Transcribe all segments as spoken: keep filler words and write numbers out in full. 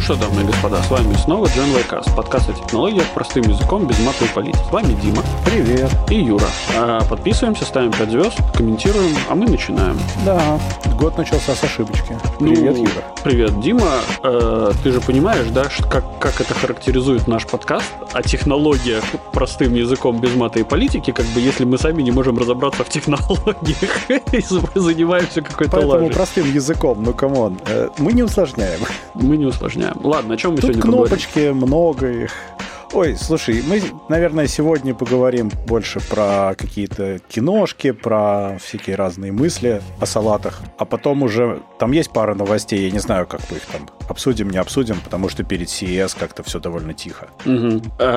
что, дамы и господа, с вами снова Джен Вайкаст, подкаст о технологиях простым языком без мата и политики. С вами Дима. Привет. И Юра. Подписываемся, ставим пять звезд, комментируем, а мы начинаем. Да, год начался с ошибочки. Привет, ну, Юра. Привет, Дима. Э, ты же понимаешь, да, как, как это характеризует наш подкаст о технологиях простым языком без мата и политики, как бы если мы сами не можем разобраться в технологиях и занимаемся какой-то лажей. Поэтому простым языком, ну камон, мы не усложняем. Мы не усложняем. Ладно, о чем мы Тут сегодня кнопочки, поговорим? много их. Ой, слушай, мы, наверное, сегодня поговорим больше про какие-то киношки, про всякие разные мысли о салатах, а потом уже, там есть пара новостей, я не знаю, как мы их там обсудим, не обсудим, потому что перед си и эс как-то все довольно тихо. Угу.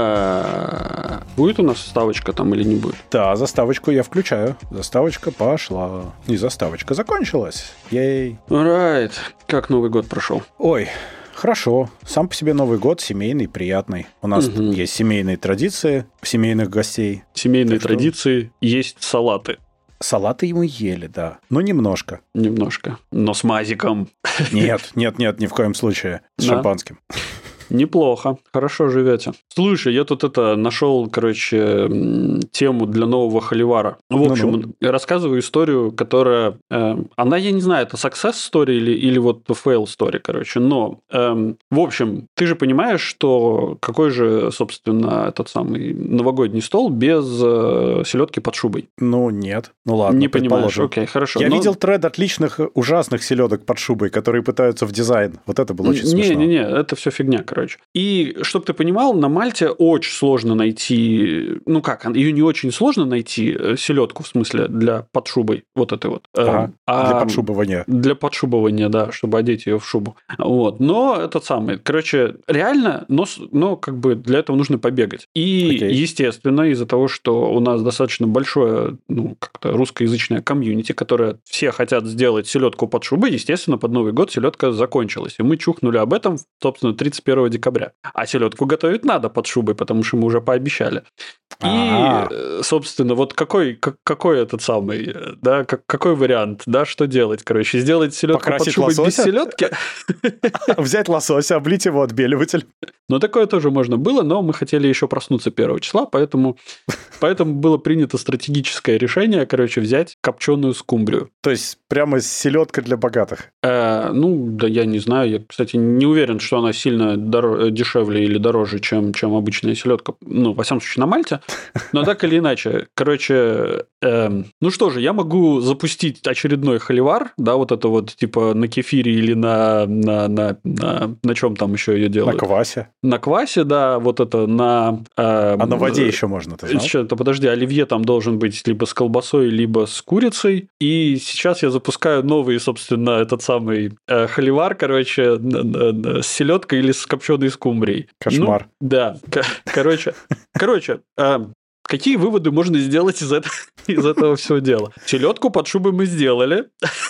Будет у нас заставочка там или не будет? Да, заставочку я включаю. Заставочка пошла. И заставочка закончилась. Ей. Alright. Как Новый год прошел? Ой, хорошо. Сам по себе Новый год семейный, приятный. У нас угу. есть семейные традиции, семейных гостей. Семейные так традиции, что... есть салаты. Салаты мы ели, да. Но немножко. Немножко. Но с мазиком. Нет, нет, нет, ни в коем случае. С да? шампанским. Неплохо, хорошо живете. Слушай, я тут это нашел, короче, тему для нового холивара. В общем, Ну-ну. рассказываю историю, которая... Э, она, я не знаю, это success story или, или вот fail story, короче. Но, э, в общем, ты же понимаешь, что какой же, собственно, этот самый новогодний стол без э, селедки под шубой? Ну, нет. Ну, ладно, не понимаешь, предположим. окей, хорошо. Я но... видел тред отличных, ужасных селедок под шубой, которые пытаются в дизайн. Вот это было очень смешно. Не-не-не, это все фигня, короче. И, чтобы ты понимал, на Мальте очень сложно найти... Ну как, ее не очень сложно найти, селедку, в смысле, для под шубой. Вот этой вот. Ага, а, для подшубывания. Для подшубывания, да, чтобы одеть ее в шубу. Вот. Но этот самый... Короче, реально, но, но как бы для этого нужно побегать. И, Окей. естественно, из-за того, что у нас достаточно большое, ну, как-то русскоязычное комьюнити, которое все хотят сделать селедку под шубой, естественно, под Новый год селедка закончилась. И мы чухнули об этом, собственно, тридцать первого декабря. А селедку готовить надо под шубой, потому что мы уже пообещали. И, А-а-а. собственно, вот какой, какой этот самый, да, какой вариант, да, что делать, короче, сделать селедку Покрасить под шубой лосося? без селедки? Взять лосося, облить его отбеливатель. Ну, такое тоже можно было, но мы хотели еще проснуться первого числа, поэтому, поэтому было принято стратегическое решение, короче, взять копченую скумбрию. То есть прямо селедка для богатых. Э, ну, да я не знаю. Я, кстати, не уверен, что она сильно дор- дешевле или дороже, чем, чем обычная селедка. Ну, во всяком случае, на Мальте. Но так или иначе. Короче, э, ну что же, я могу запустить очередной холивар, да, вот это вот типа на кефире или на, на, на, на, на чем там еще ее делают? На квасе. На квасе, да, вот это на... Э, а на воде еще можно, ты знал? Что-то, подожди, оливье там должен быть либо с колбасой, либо с курицей. И сейчас я запускаю новый, собственно, этот самый э, холивар, короче, с селедкой или с копченой скумбрией. Кошмар. Ну, да, короче, короче, э, какие выводы можно сделать из этого, из этого всего дела? Селедку под шубой мы сделали.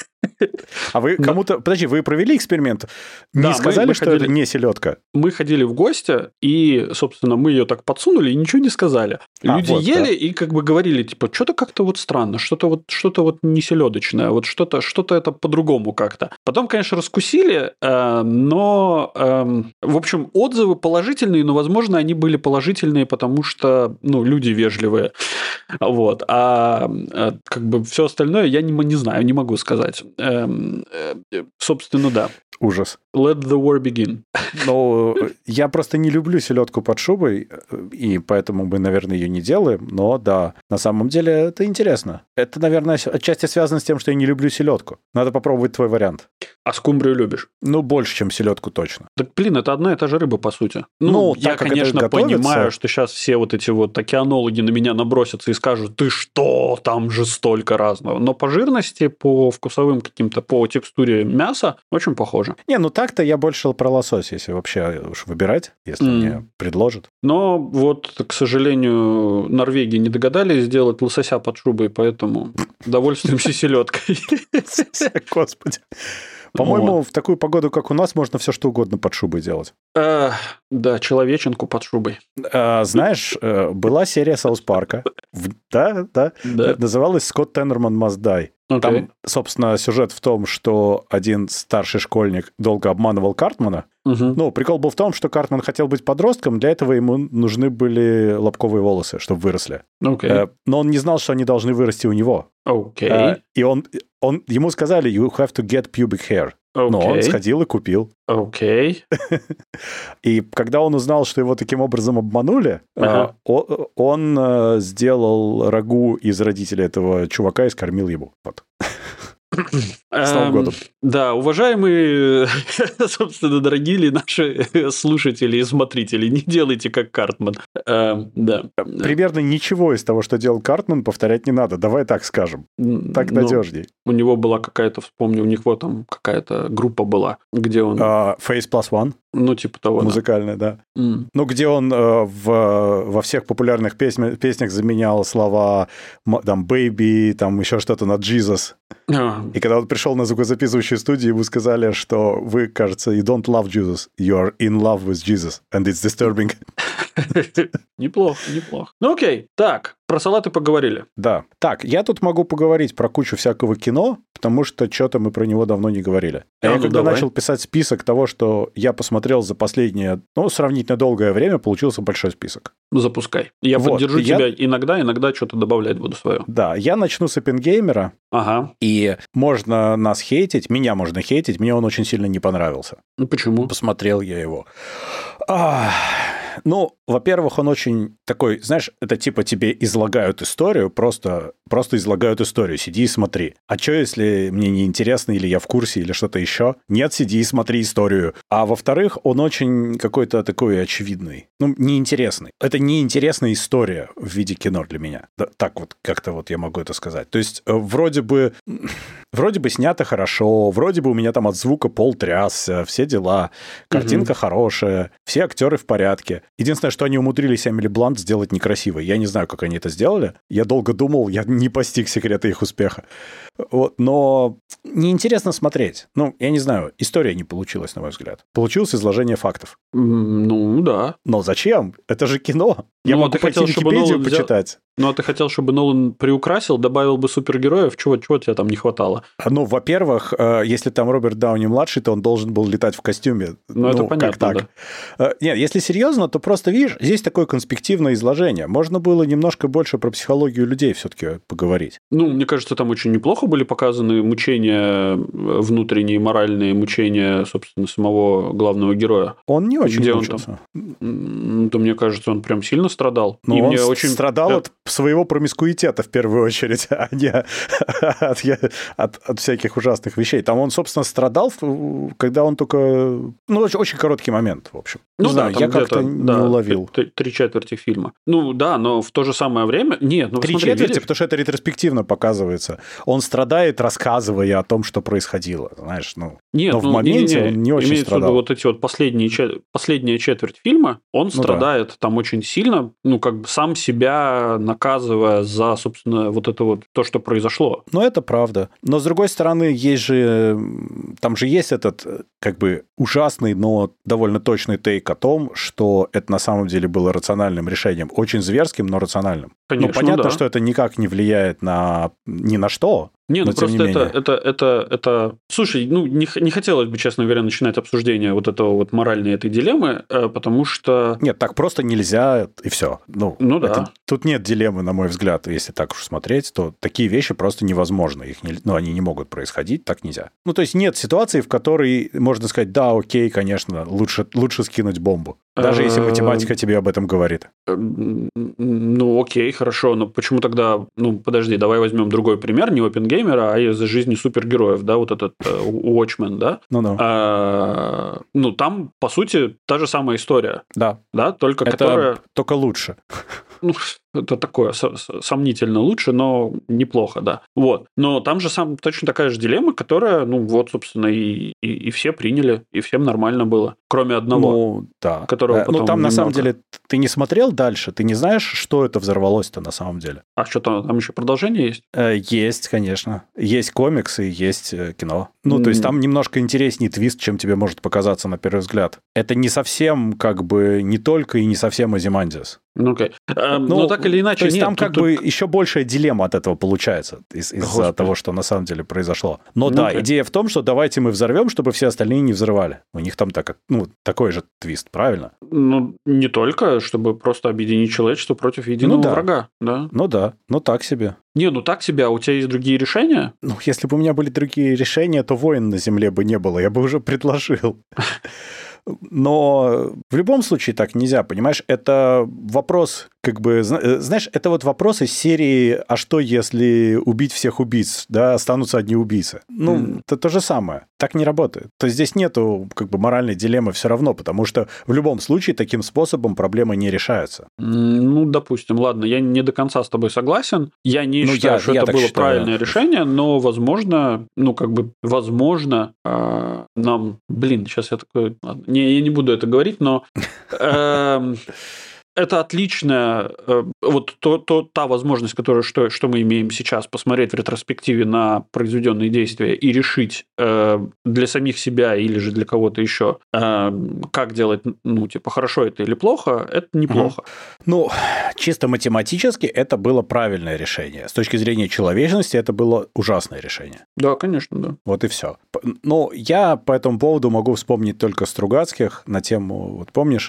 А вы кому-то... Подожди, вы провели эксперимент? Не да, сказали, мы, мы что ходили... это не селедка? Мы ходили в гости, и, собственно, мы ее так подсунули и ничего не сказали. А, Люди вот, ели да. и как бы говорили, типа, что-то как-то вот странно, что-то вот, что-то вот не селедочное, вот что-то, что-то это по-другому как-то. Потом, конечно, раскусили, э, но, э, в общем, отзывы положительные, но, возможно, они были положительные, потому что, ну, люди вежливые. Вот. А как бы все остальное я не, не знаю, не могу сказать. Эм, э, собственно, да. Ужас. Let the war begin. Ну, я просто не люблю селедку под шубой, и поэтому мы, наверное, ее не делаем. Но да, на самом деле это интересно. Это, наверное, отчасти связано с тем, что я не люблю селедку. Надо попробовать твой вариант. А скумбрию любишь? Ну, больше, чем селедку точно. Так, блин, это одна и та же рыба, по сути. Ну, ну я, так, как конечно, это готовится... понимаю, что сейчас все вот эти вот океанологи на меня набросятся и скажут, ты что, там же столько разного. Но по жирности, по вкусовым каким-то, по текстуре мяса очень похоже. Не, ну так-то я больше про лосось, если вообще уж выбирать, если mm. мне предложат. Но вот, к сожалению, Норвегии не догадались сделать лосося под шубой, поэтому довольствуемся селедкой. Господи. По-моему, Вот. в такую погоду, как у нас, можно все что угодно под шубой делать. Э, да, человеченку под шубой. А, знаешь, э, была серия Саус Парка. В- Да, да. Да. Называлась «Скотт Теннерман Must Die». Окей. Там, собственно, сюжет в том, что один старший школьник долго обманывал Картмана. Мгм. Ну, прикол был в том, что Картман хотел быть подростком, для этого ему нужны были лобковые волосы, чтобы выросли. Окей. Э, Но он не знал, что они должны вырасти у него. Окей. Э, И он, он, ему сказали, you have to get pubic hair. Но он Окей. сходил и купил. Окей. И когда он узнал, что его таким образом обманули, Ага. э, о- он э, сделал рагу из родителей этого чувака и скормил ему. Вот. С Новым Эм, годом. Да, уважаемые, собственно, дорогие ли наши слушатели и смотрители, не делайте как Картман. Эм, Да. Примерно ничего из того, что делал Картман, повторять не надо. Давай так скажем. Так Ну, надежней. у него была какая-то, вспомню, у него там какая-то группа была, где он, А, Face Plus One, ну, типа того, да. музыкальная, да. М. Ну, где он э, в, во всех популярных песня- песнях заменял слова м- там «baby», там еще что-то на «Jesus». А, И когда он пришел на звукозаписывающую студию, ему сказали, что вы, кажется, you don't love Jesus, you are in love with Jesus, and it's disturbing. Неплохо, неплохо. Ну, окей. Так, про салаты поговорили. Да. Так, я тут могу поговорить про кучу всякого кино, потому что что-то мы про него давно не говорили. А А, я ну, когда давай. начал писать список того, что я посмотрел за последнее, ну, сравнительно долгое время, получился большой список. Запускай. Я Вот, поддержу я- тебя иногда, иногда что-то добавлять буду свое. Да, я начну с Оппенгеймера, Ага. и можно нас хейтить, меня можно хейтить, мне он очень сильно не понравился. Ну, почему? Посмотрел я его. Ах, ну, во-первых, он очень такой, знаешь, это типа тебе излагают историю, просто, просто излагают историю, сиди и смотри. А что, если мне не интересно, или я в курсе, или что-то еще? Нет, сиди и смотри историю. А во-вторых, он очень какой-то такой очевидный, ну, неинтересный. Это неинтересная история в виде кино для меня. Да, так вот, как-то вот я могу это сказать. То есть, э, вроде бы, вроде бы снято хорошо, вроде бы у меня там от звука пол трясся, все дела, картинка хорошая, все актеры в порядке. Единственное, что они умудрились Эмили Блант сделать некрасивой. Я не знаю, как они это сделали. Я долго думал, я не постиг секрета их успеха. Вот, но неинтересно смотреть. Ну, я не знаю, история не получилась, на мой взгляд. Получилось изложение фактов. М, Ну, да. Но зачем? Это же кино. Я Ну, а могу ты пойти хотел, чтобы Википедию Нолан взял- почитать. Ну, а ты хотел, чтобы Нолан приукрасил, добавил бы супергероев? Чего, чего тебе там не хватало? Ну, во-первых, э, если там Роберт Дауни-младший, то он должен был летать в костюме. Ну, это как понятно, так? Э, Нет, если серьезно, то просто, видишь, здесь такое конспективное изложение. Можно было немножко больше про психологию людей все-таки поговорить. Ну, мне кажется, там очень неплохо были показаны мучения, э, внутренние моральные мучения, собственно, самого главного героя. Он не очень Где он мучился. М, Да, мне кажется, он прям сильно страдал. Но И он мне с- очень страдал э, от своего промискуитета в первую очередь, а не от, от- от всяких ужасных вещей. Там он, собственно, страдал, в- когда он только... Ну, очень, очень короткий момент, в общем. Не Ну знаю, да, там я как-то где-то, не да, уловил. Три, три четверти фильма. Ну да, но в то же самое время... Нет, ну Три смотри, четверти, видишь? потому что это ретроспективно показывается. Он страдает, рассказывая о том, что происходило. Знаешь, ну... Нет, но в ну, моменте не-не-не, он не очень имеется в виду страдал. вот эти вот последние, чет- последняя четверть фильма, он да. страдает там очень сильно, ну, как бы сам себя наказывая за, собственно, вот это вот то, что произошло. Ну, это правда. Но, с другой стороны, есть же... м, Там же есть этот, э, как бы, ужасный, но довольно точный тейк о том, что это на самом деле было рациональным решением. Очень зверским, но рациональным. Конечно, ну, понятно, да. что это никак не влияет на ни на что. Не, ну Но тем просто не это, менее. это, это, это... Слушай, ну, не, х- не хотелось бы, честно говоря, начинать обсуждение вот этого вот моральной этой дилеммы, э, потому что... Нет, так просто нельзя, и все. Ну, Ну да. это- тут нет дилеммы, на мой взгляд. Если так уж смотреть, то такие вещи просто невозможны. Их не, ну, они не могут происходить, так нельзя. Ну, то есть нет ситуации, в которой можно сказать, да, окей, конечно, лучше, лучше скинуть бомбу. Даже если Э, математика тебе об этом говорит. М, Ну, окей, хорошо, но почему тогда... Ну, подожди, давай возьмем другой пример, не Оппенгеймера, а из жизни супергероев, да, вот этот э, Watchmen, да? Ну-ну. А, ну, там, по сути, та же самая история, Да, да, только это которая... только лучше. Ну, это такое со- со- сомнительно лучше, но неплохо, да. Вот. Но там же сам, точно такая же дилемма, которая, ну, вот, собственно, и, и, и все приняли, и всем нормально было. Кроме одного, ну, да. которого потом Ну, там, на немного... самом деле, ты не смотрел дальше, ты не знаешь, что это взорвалось-то на самом деле. А что там, там еще продолжение есть? Есть, конечно. Есть комиксы, есть кино. Ну, mm. то есть там немножко интереснее твист, чем тебе может показаться на первый взгляд. Это не совсем, как бы, не только и не совсем Азимандиас. Ну, окей. А, ну, но так или иначе, то есть нет, там как тут... бы еще большая дилемма от этого получается из- из-за Господи. того, что на самом деле произошло. Но ну, да, окей. идея в том, что давайте мы взорвем, чтобы все остальные не взрывали. У них там так, ну, такой же твист, правильно? Ну, не только, чтобы просто объединить человечество против единого ну, да. врага. Да. Ну да, ну так себе. Не, ну так себе, а у тебя есть другие решения? Ну, если бы у меня были другие решения, то войн на Земле бы не было, я бы уже предложил. Но в любом случае так нельзя, понимаешь? Это вопрос, как бы, знаешь, это вот вопрос из серии «А что, если убить всех убийц, да, останутся одни убийцы?» Ну, mm. это то же самое. Так не работает. То есть здесь нету, как бы, моральной дилеммы все равно, потому что в любом случае таким способом проблемы не решаются. Ну, допустим, ладно, я не до конца с тобой согласен. Я не ну, считаю, я, что я это было считаю. правильное решение, но, возможно, ну, как бы, возможно, э, нам... Блин, сейчас я такой... Не, я не буду это говорить, но... Э, это отличная, вот то, то, та возможность, которую, что, что мы имеем сейчас, посмотреть в ретроспективе на произведенные действия и решить э, для самих себя или же для кого-то еще, э, как делать, ну, типа, хорошо это или плохо, это неплохо. Uh-huh. Ну, чисто математически это было правильное решение. С точки зрения человечности это было ужасное решение. Да, конечно, да. Вот и все. Но я по этому поводу могу вспомнить только Стругацких на тему, вот помнишь,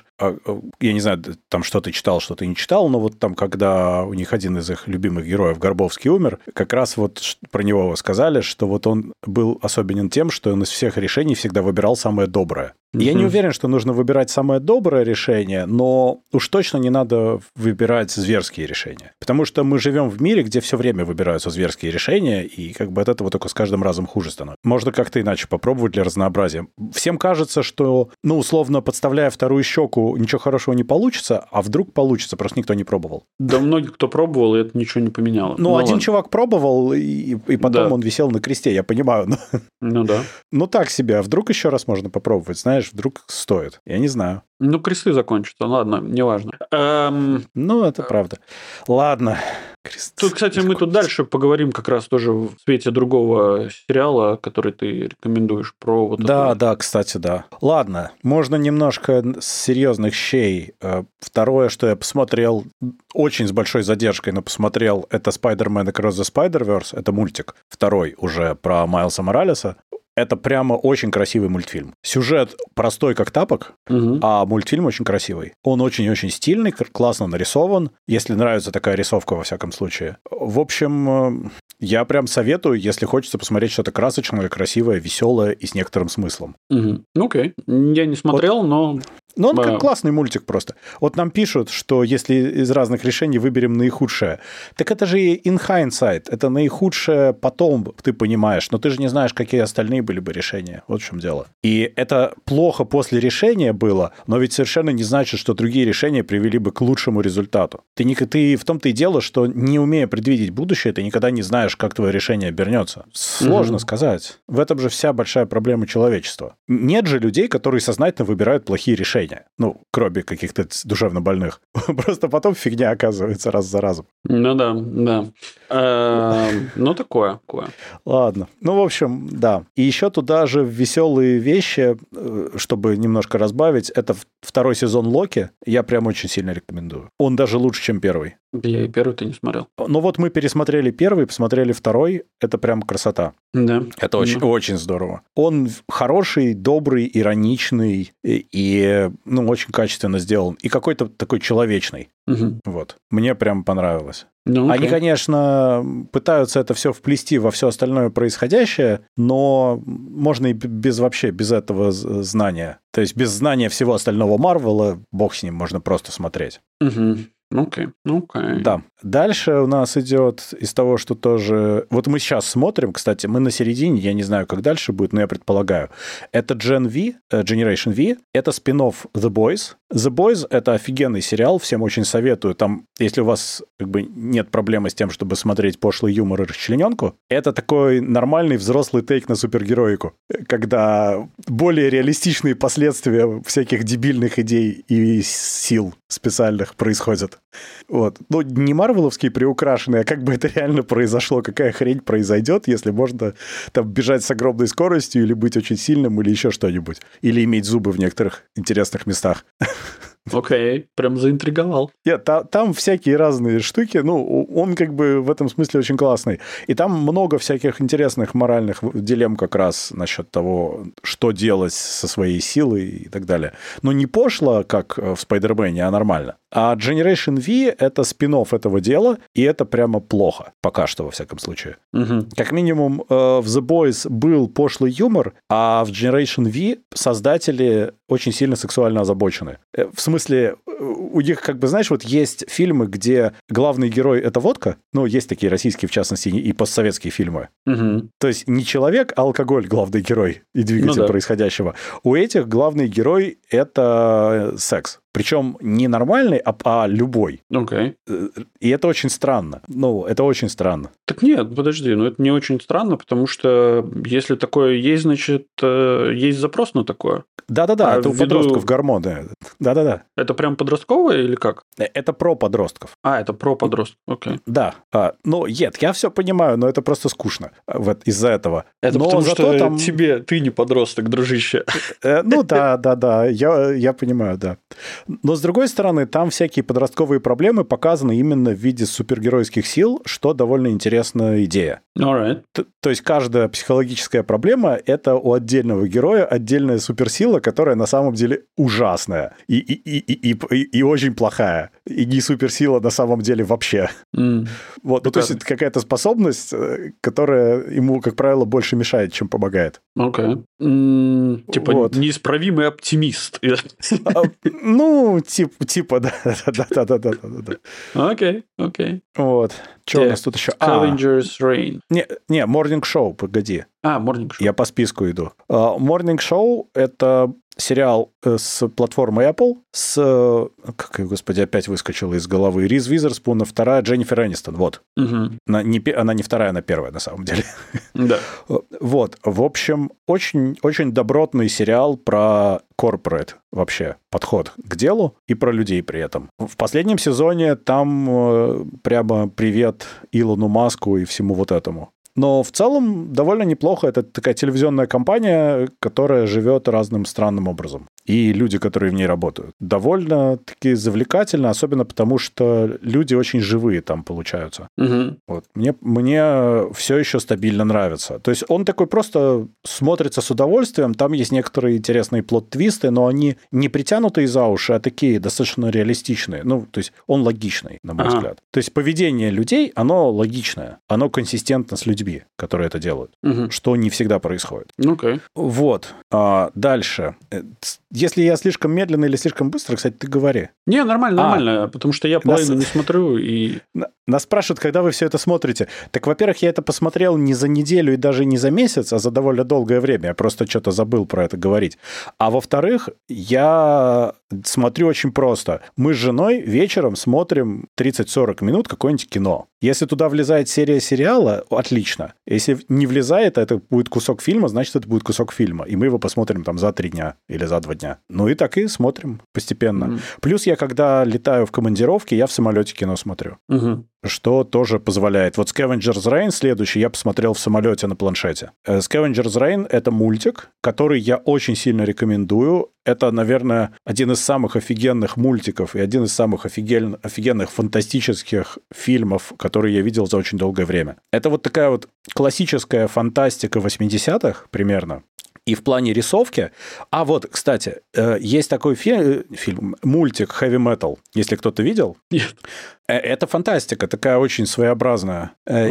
я не знаю, там что ты читал, что ты не читал, но вот там, когда у них один из их любимых героев, Горбовский, умер, как раз вот про него сказали, что вот он был особенен тем, что он из всех решений всегда выбирал самое доброе. Mm-hmm. Я не уверен, что нужно выбирать самое доброе решение, но уж точно не надо выбирать зверские решения. Потому что мы живем в мире, где все время выбираются зверские решения, и как бы от этого только с каждым разом хуже становится. Можно как-то иначе попробовать для разнообразия. Всем кажется, что, ну, условно, подставляя вторую щеку, ничего хорошего не получится, а вдруг получится, просто никто не пробовал. Да многих, кто пробовал, и это ничего не поменяло. Ну, ну один ладно. чувак пробовал, и, и потом да. он висел на кресте, я понимаю. Но... Ну да. Ну так себе, а вдруг еще раз можно попробовать, знаешь, вдруг стоит. Я не знаю. Ну, кресты закончатся, ладно, неважно. Эм... Ну, это правда. Ладно. Кресты тут, кстати, мы тут дальше поговорим как раз тоже в свете другого сериала, который ты рекомендуешь про вот Да, это. да, кстати, да. Ладно, можно немножко с серьезных щей. Второе, что я посмотрел, очень с большой задержкой, но посмотрел, это Spider-Man Across the Spider-Verse, это мультик второй уже про Майлса Моралеса. Это прямо очень красивый мультфильм. Сюжет простой, как тапок, угу. а мультфильм очень красивый. Он очень-очень стильный, классно нарисован, если нравится такая рисовка, во всяком случае. В общем, я прям советую, если хочется посмотреть что-то красочное, красивое, веселое и с некоторым смыслом. Угу. Окей. Я не смотрел, вот. но... Ну, он как классный мультик просто. Вот нам пишут, что если из разных решений выберем наихудшее, так это же in hindsight, это наихудшее потом, ты понимаешь, но ты же не знаешь, какие остальные были бы решения. Вот в чем дело. И это плохо после решения было, но ведь совершенно не значит, что другие решения привели бы к лучшему результату. Ты, не, ты в том-то и дело, что не умея предвидеть будущее, ты никогда не знаешь, как твое решение обернется. Сложно угу. сказать. В этом же вся большая проблема человечества. Нет же людей, которые сознательно выбирают плохие решения. Ну, кроме каких-то душевно больных. Просто потом фигня оказывается раз за разом. Ну да, да. Ну, такое, такое. Ладно. Ну, в общем, да. И еще туда же веселые вещи, чтобы немножко разбавить, это второй сезон Локи. Я прям очень сильно рекомендую. Он даже лучше, чем первый. Я и первый-то не смотрел. Ну, вот мы пересмотрели первый, посмотрели второй. Это прям красота. Да. Это очень, да. очень здорово. Он хороший, добрый, ироничный и, и ну, очень качественно сделан. И какой-то такой человечный. Угу. Вот. Мне прям понравилось. Ну, Они, конечно, пытаются это все вплести во все остальное происходящее, но можно и без вообще, без этого знания. То есть без знания всего остального Марвела, бог с ним, можно просто смотреть. Угу. Окей, окей. Да. Дальше у нас идет из того, что тоже... Вот мы сейчас смотрим, кстати, мы на середине, я не знаю, как дальше будет, но я предполагаю. Это Gen V, Generation V, это спин-офф The Boys. The Boys — это офигенный сериал, всем очень советую. Там, если у вас как бы нет проблемы с тем, чтобы смотреть пошлый юмор и расчлененку, это такой нормальный взрослый тейк на супергероику, когда более реалистичные последствия всяких дебильных идей и сил специальных происходят. Вот. Ну, не марвеловские приукрашенные, а как бы это реально произошло, какая хрень произойдет, если можно там бежать с огромной скоростью или быть очень сильным, или еще что-нибудь. Или иметь зубы в некоторых интересных местах. Окей, okay, прям заинтриговал. Нет, та, там всякие разные штуки, ну, он как бы в этом смысле очень классный. И там много всяких интересных моральных дилемм как раз насчет того, что делать со своей силой и так далее. Но не пошло, как в Спайдермене, а нормально. А Generation V — это спин-офф этого дела, и это прямо плохо. Пока что, во всяком случае. Угу. Как минимум, в The Boys был пошлый юмор, а в Generation V создатели очень сильно сексуально озабочены. В смысле, у них, как бы, знаешь, вот есть фильмы, где главный герой — это водка. Ну, есть такие российские, в частности, и постсоветские фильмы. Угу. То есть не человек, а алкоголь — главный герой и двигатель ну, да. происходящего. У этих главный герой — это секс. Причем не нормальный, а, а любой. Окей. Okay. И это очень странно. Ну, это очень странно. Так нет, подожди, ну это не очень странно, потому что если такое есть, значит, есть запрос на такое. Да-да-да, а это у ввиду... подростков гормоны. Да-да-да. Это прям подростковое или как? Это про подростков. А, это про подростков, окей. Okay. Да. А, ну, нет, я все понимаю, но это просто скучно вот из-за этого. Это но потому зато что там... тебе, ты не подросток, дружище. Ну да, да, да, я, я понимаю, да. Но с другой стороны, там всякие подростковые проблемы показаны именно в виде супергеройских сил, что довольно интересная идея. Alright. То, то есть каждая психологическая проблема — это у отдельного героя отдельная суперсила, которая на самом деле ужасная и, и, и, и, и, и очень плохая. И не суперсила на самом деле вообще. Mm. Вот, ну, то есть это какая-то способность, которая ему, как правило, больше мешает, чем помогает. Окей. Okay. Mm, типа вот. Неисправимый оптимист. Ну, типа, типа, да, да, да, да, да, да. Окей, окей. Вот. Что у нас тут еще? Calendar's Reign. Не, не, Morning Show, погоди. А, Morning Show. Я по списку иду. Morning Show — это сериал с платформы Apple, с, как, господи, опять выскочила из головы, Риз Уизерспун, а вторая Дженнифер Энистон, вот. Угу. Она, не, она не вторая, она первая, на самом деле. Да. Вот, в общем, очень, очень добротный сериал про corporate вообще подход к делу и про людей при этом. В последнем сезоне там э, прямо привет Илону Маску и всему вот этому. Но в целом довольно неплохо. Это такая телевизионная компания, которая живет разным странным образом. И люди, которые в ней работают. Довольно-таки завлекательно, особенно потому, что люди очень живые там получаются. Угу. Вот. Мне, мне все еще стабильно нравится. То есть он такой просто смотрится с удовольствием. Там есть некоторые интересные плот-твисты, но они не притянутые за уши, а такие достаточно реалистичные. Ну, то есть он логичный, на мой ага. взгляд. То есть поведение людей, оно логичное. Оно консистентно с людьми, которые это делают. Угу. Что не всегда происходит. Okay. Вот. А дальше. Если я слишком медленно или слишком быстро, кстати, ты говори. Не, нормально, а, нормально, потому что я половину нас... не смотрю и... Нас спрашивают, когда вы все это смотрите. Так, во-первых, я это посмотрел не за неделю и даже не за месяц, а за довольно долгое время. Я просто что-то забыл про это говорить. А во-вторых, я смотрю очень просто. Мы с женой вечером смотрим тридцать-сорок минут какое-нибудь кино. Если туда влезает серия сериала, отлично. Если не влезает, это будет кусок фильма, значит, это будет кусок фильма. И мы его посмотрим там за три дня или за два дня. Ну и так и смотрим постепенно. Mm-hmm. Плюс я, когда летаю в командировке, я в самолете кино смотрю. Mm-hmm. Что тоже позволяет. Вот Scavenger's Reign следующий я посмотрел в самолете на планшете. Scavenger's Reign — это мультик, который я очень сильно рекомендую. Это, наверное, один из самых офигенных мультиков и один из самых офиген... офигенных фантастических фильмов, которые я видел за очень долгое время. Это вот такая вот классическая фантастика восьмидесятых примерно. И в плане рисовки... А вот, кстати, есть такой фи... фильм, мультик Heavy Metal, если кто-то видел. Нет. Это фантастика, такая очень своеобразная.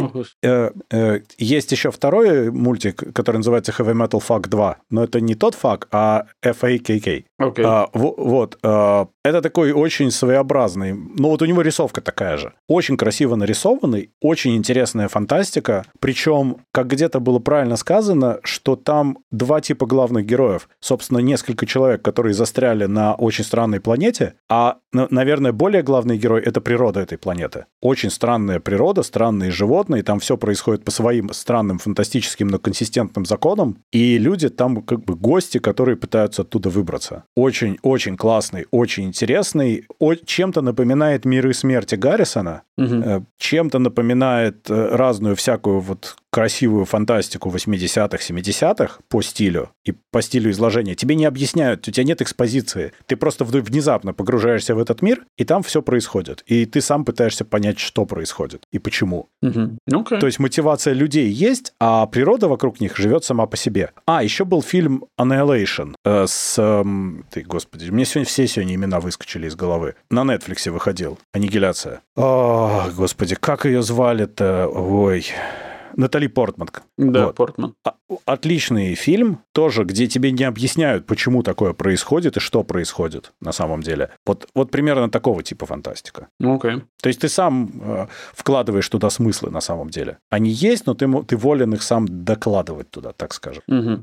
Есть еще второй мультик, который называется Heavy Metal Fuck два, но это не тот фак, а эф эй кей кей. Okay. А, вот. А, это такой очень своеобразный, ну вот у него рисовка такая же. Очень красиво нарисованный, очень интересная фантастика, причем, как где-то было правильно сказано, что там два типа главных героев. Собственно, несколько человек, которые застряли на очень странной планете, а, наверное, более главный герой — это природа этой планеты. Очень странная природа, странные животные, там все происходит по своим странным, фантастическим, но консистентным законам, и люди там как бы гости, которые пытаются оттуда выбраться. Очень-очень классный, очень интересный, чем-то напоминает «Миры смерти» Гаррисона, угу. чем-то напоминает разную всякую вот красивую фантастику восьмидесятых, семидесятых по стилю и по стилю изложения. Тебе не объясняют, у тебя нет экспозиции. Ты просто внезапно погружаешься в этот мир, и там все происходит. И ты сам пытаешься понять, что происходит и почему. Угу. Okay. То есть мотивация людей есть, а природа вокруг них живет сама по себе. А, еще был фильм Annihilation э, с... Э, ты, господи, мне сегодня все сегодня имена выскочили из головы. На Netflix выходил. Аннигиляция. О, господи, как ее звали-то? Ой... Натали Портман. Да, вот. Портман. Отличный фильм, тоже, где тебе не объясняют, почему такое происходит и что происходит на самом деле. Вот, вот примерно такого типа фантастика. Okay. То есть ты сам э, вкладываешь туда смыслы на самом деле. Они есть, но ты, ты волен их сам докладывать туда, так скажем. Угу.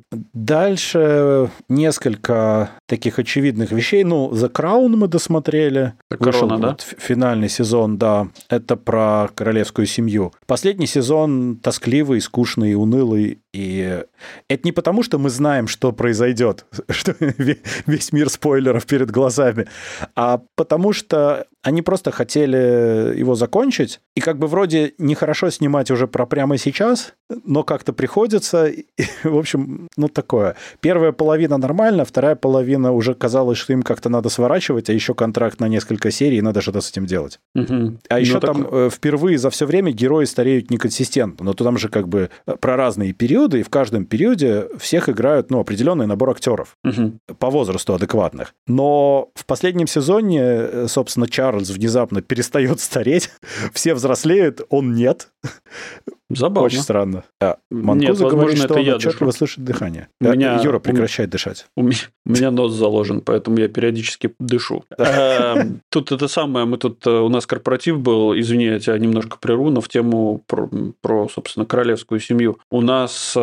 Дальше несколько таких очевидных вещей. Ну, The Crown мы досмотрели. Вышел Корона, вот да? Финальный сезон, да. Это про королевскую семью. Последний сезон тоскливый, скучный, унылый. И это не потому, что мы знаем, что произойдет, что весь мир спойлеров перед глазами, а потому что они просто хотели его закончить, и как бы вроде нехорошо снимать уже про прямо сейчас, но как-то приходится. И, в общем, ну такое. Первая половина нормально, вторая половина уже казалось, что им как-то надо сворачивать, а еще контракт на несколько серий, и надо что-то с этим делать. Угу. А еще ну, там так... впервые за все время герои стареют неконсистентно, но там же как бы про разные периоды, и в каждом периоде всех играют, ну, определенный набор актеров угу. по возрасту адекватных. Но в последнем сезоне, собственно, Чарльз внезапно перестает стареть, все взрослеют, он нет. Забавно. Очень странно. А, Манкуза говорит, что он отчетливо слышит дыхание. Меня... Юра, прекращай дышать. У меня... у меня нос заложен, поэтому я периодически дышу. Тут это самое, мы тут, у нас корпоратив был, извини, я тебя немножко прерву, но в тему про, собственно, королевскую семью. У нас,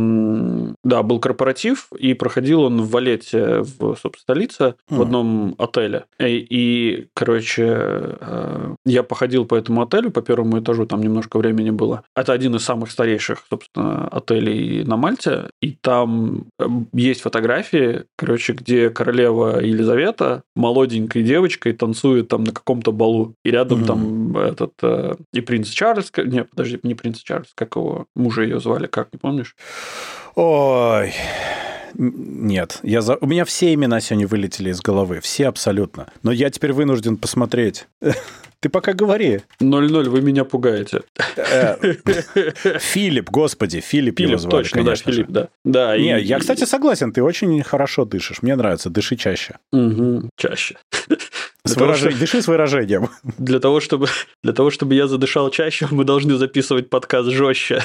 да, был корпоратив, и проходил он в Валетте, в, собственно, столице, в одном отеле. И, короче, я походил по этому отелю, по первому этажу, там немножко времени было. Это один из самых старейших, собственно, отелей на Мальте, и там есть фотографии, короче, где королева Елизавета молоденькой девочкой танцует там на каком-то балу, и рядом mm-hmm. там этот и принц Чарльз, нет, подожди, не принц Чарльз, как его мужа ее звали, как, не помнишь? Ой... Нет, я за... у меня все имена сегодня вылетели из головы, все абсолютно. Но я теперь вынужден посмотреть. Ты пока говори. ноль-ноль, вы меня пугаете. Филипп, господи, Филипп его звали, точно, да, Филипп, да. да Не, я, кстати, согласен, ты очень хорошо дышишь, мне нравится, дыши чаще. Угу, чаще. С выражением, дыши с выражением. Для того, чтобы, для того, чтобы я задышал чаще, мы должны записывать подкаст жестче.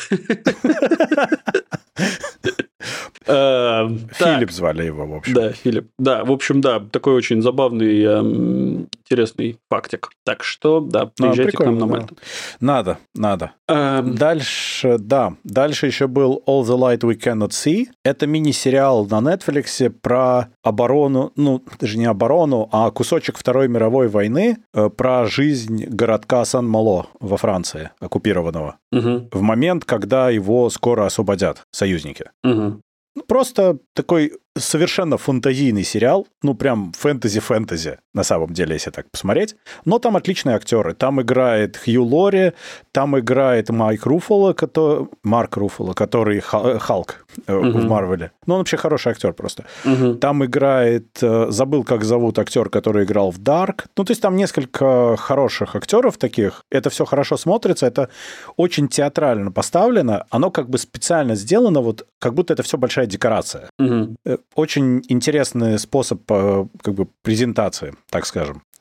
Филипп звали его, в общем. Да, Филипп. Да, в общем, да, такой очень забавный, интересный фактик. Так что, да, приезжайте к нам на Мальту. Надо, надо. Дальше, да, дальше еще был All the Light We Cannot See. Это мини-сериал на Netflix про оборону, ну, даже не оборону, а кусочек Второй мировой войны, про жизнь городка Сан-Мало во Франции, оккупированного, угу. в момент, когда его скоро освободят союзники. Угу. Просто такой совершенно фантазийный сериал, ну, прям фэнтези-фэнтези, на самом деле, если так посмотреть. Но там отличные актеры. Там играет Хью Лори, там играет Майк Руффало, который... Марк Руффало, который Халк uh-huh. в Марвеле. Ну, он вообще хороший актер просто. Uh-huh. Там играет... Забыл, как зовут актер, который играл в Дарк. Ну, то есть там несколько хороших актеров таких. Это все хорошо смотрится. Это очень театрально поставлено. Оно как бы специально сделано, вот как будто это все большая декорация. Uh-huh. Очень интересный способ как бы презентации, так скажем.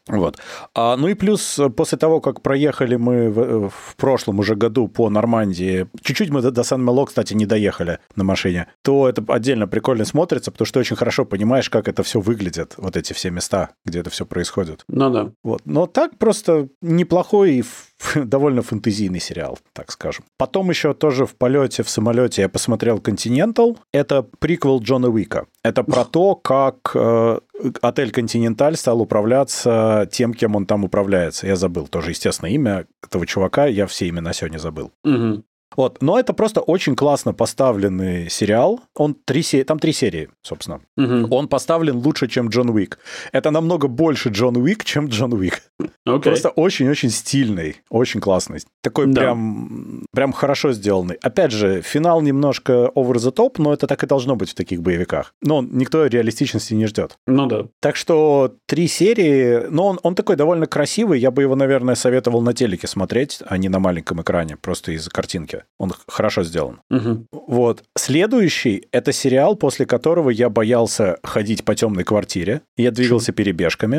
Вот. А, ну и плюс, после того, как проехали мы в, в прошлом уже году по Нормандии, чуть-чуть мы до, до Сен-Мело, кстати, не доехали на машине, то это отдельно прикольно смотрится, потому что ты очень хорошо понимаешь, как это все выглядит, вот эти все места, где это все происходит. Ну да. Вот. Но так просто неплохой и довольно фэнтезийный сериал, так скажем. Потом еще тоже в полете, в самолете я посмотрел «Континентал». Это приквел Джона Уика. Это про то, как э, отель «Континенталь» стал управляться тем, кем он там управляется. Я забыл тоже, естественно, имя этого чувака. Я все имена сегодня забыл. Угу. Вот. Но это просто очень классно поставленный сериал. Он три се... Там три серии, собственно. Угу. Он поставлен лучше, чем Джон Уик. Это намного больше Джон Уик, чем Джон Уик. Okay. Просто очень-очень стильный, очень классный. Такой да. прям, прям хорошо сделанный. Опять же, финал немножко over the top, но это так и должно быть в таких боевиках. Но никто реалистичности не ждет. Ну да. Так что три серии, но он, он такой довольно красивый. Я бы его, наверное, советовал на телеке смотреть, а не на маленьком экране, просто из-за картинки. Он хорошо сделан. Угу. Вот. Следующий – это сериал, после которого я боялся ходить по темной квартире. Я двигался перебежками.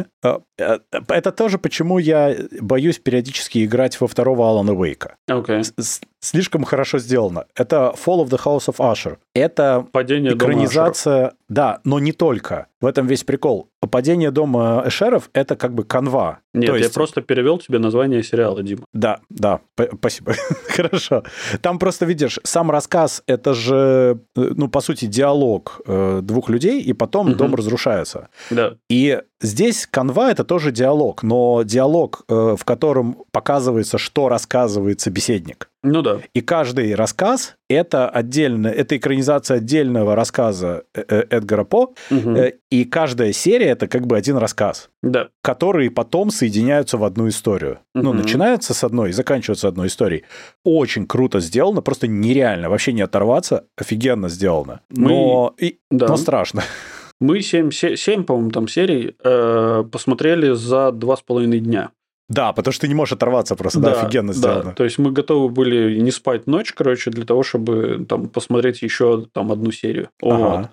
Это тоже почему я боюсь периодически играть во второго Алана Уэйка. Okay. Слишком хорошо сделано. Это Fall of the House of Usher. Это Падение экранизация... дома Ашеров. Да, но не только. В этом весь прикол. Падение дома Эшеров – это как бы канва. Нет, То есть... я просто перевел тебе название сериала, Дима. Да, да, спасибо. Хорошо. Там просто, видишь, сам рассказ – это же, ну, по сути, диалог двух людей, и потом угу. дом разрушается. Да. И здесь канва – это тоже диалог, но диалог, в котором показывается, что рассказывает собеседник. Ну да. И каждый рассказ – это отдельно, это экранизация отдельного рассказа Эдгара По, угу. и каждая серия – это как бы один рассказ, да. которые потом соединяются в одну историю. Угу. Ну, начинается с одной и заканчивается одной историей. Очень круто сделано, просто нереально, вообще не оторваться, офигенно сделано, Мы... но, и... да. но страшно. Мы семь, семь, по-моему, там серий э, посмотрели за два с половиной дня. Да, потому что ты не можешь оторваться просто, да, да офигенно сделано. Да, то есть мы готовы были не спать ночь, короче, для того, чтобы там посмотреть еще там одну серию. Ага. Вот.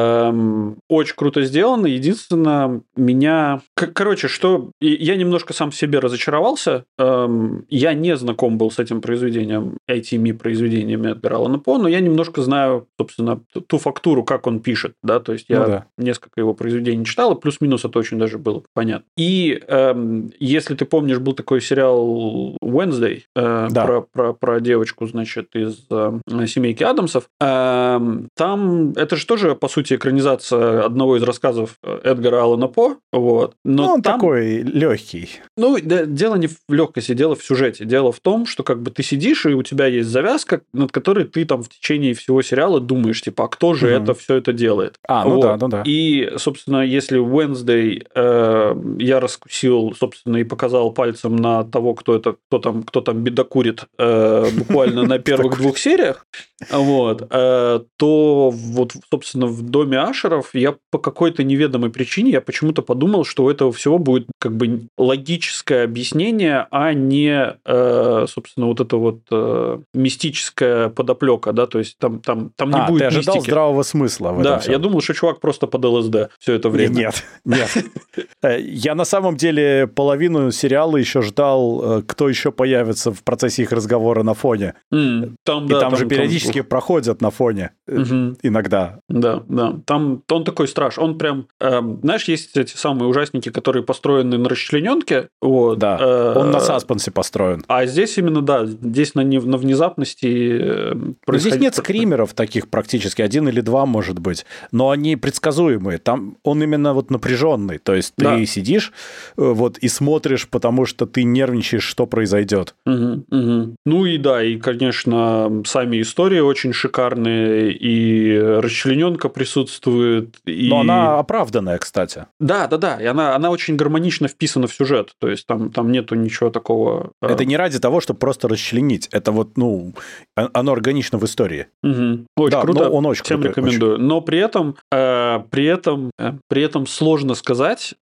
Эм, очень круто сделано. Единственное, меня... Короче, что... Я немножко сам в себе разочаровался. Эм, я не знаком был с этим произведением, ай ти эм и-произведениями Эдгара Аллана По, но я немножко знаю, собственно, ту фактуру, как он пишет, да, то есть я ну, да. несколько его произведений читал, и плюс-минус это очень даже было понятно. И эм, если ты помнишь, Помнишь, был такой сериал Wednesday э, да. про, про, про девочку, значит, из э, семейки Адамсов. Э, там это же тоже, по сути, экранизация одного из рассказов Эдгара Аллана По. Вот. Но ну, он там... такой легкий. Ну, да, дело не в легкости, дело в сюжете. Дело в том, что как бы ты сидишь, и у тебя есть завязка, над которой ты там в течение всего сериала думаешь, типа, а кто же угу. это все это делает? А, ну вот. да, ну да. И, собственно, если Wednesday э, я раскусил, собственно, и показал пальцем на того, кто это, кто там, кто там бедокурит э, буквально на первых двух сериях, вот, э, то вот, собственно, в доме Ашеров я по какой-то неведомой причине я почему-то подумал, что у этого всего будет как бы логическое объяснение, а не, э, собственно, вот это вот э, мистическая подоплека, да, то есть там, там, там не а, будет ты ожидал мистики. Здравого смысла в этом Да, всем. я думал, что чувак просто под эл эс дэ все это время. Нет, нет. Я на самом деле половину сериала еще ждал, кто еще появится в процессе их разговора на фоне. Mm, там, и да, там, там же периодически там... проходят на фоне угу. иногда. Да, да. Там он такой страж. Он прям, э, знаешь, есть эти самые ужасники, которые построены на расчлененке. Вот, да, э, он на саспенсе построен. А здесь именно, да, здесь на, на внезапности происходит... Здесь нет скримеров таких практически, один или два, может быть, но они предсказуемые. Там он именно вот напряженный, то есть да. ты сидишь вот и смотришь, потому что ты нервничаешь, что произойдет. Угу, угу. Ну и да, и, конечно, сами истории очень шикарные, и расчлененка присутствует. И... Но она оправданная, кстати. Да, да, да, и она, она очень гармонично вписана в сюжет, то есть там, там нету ничего такого... Это не ради того, чтобы просто расчленить, это вот, ну, оно органично в истории. Угу. Очень да, круто, он очень всем крутой, рекомендую. очень. Но при этом, э, при, этом, э, при этом сложно сказать,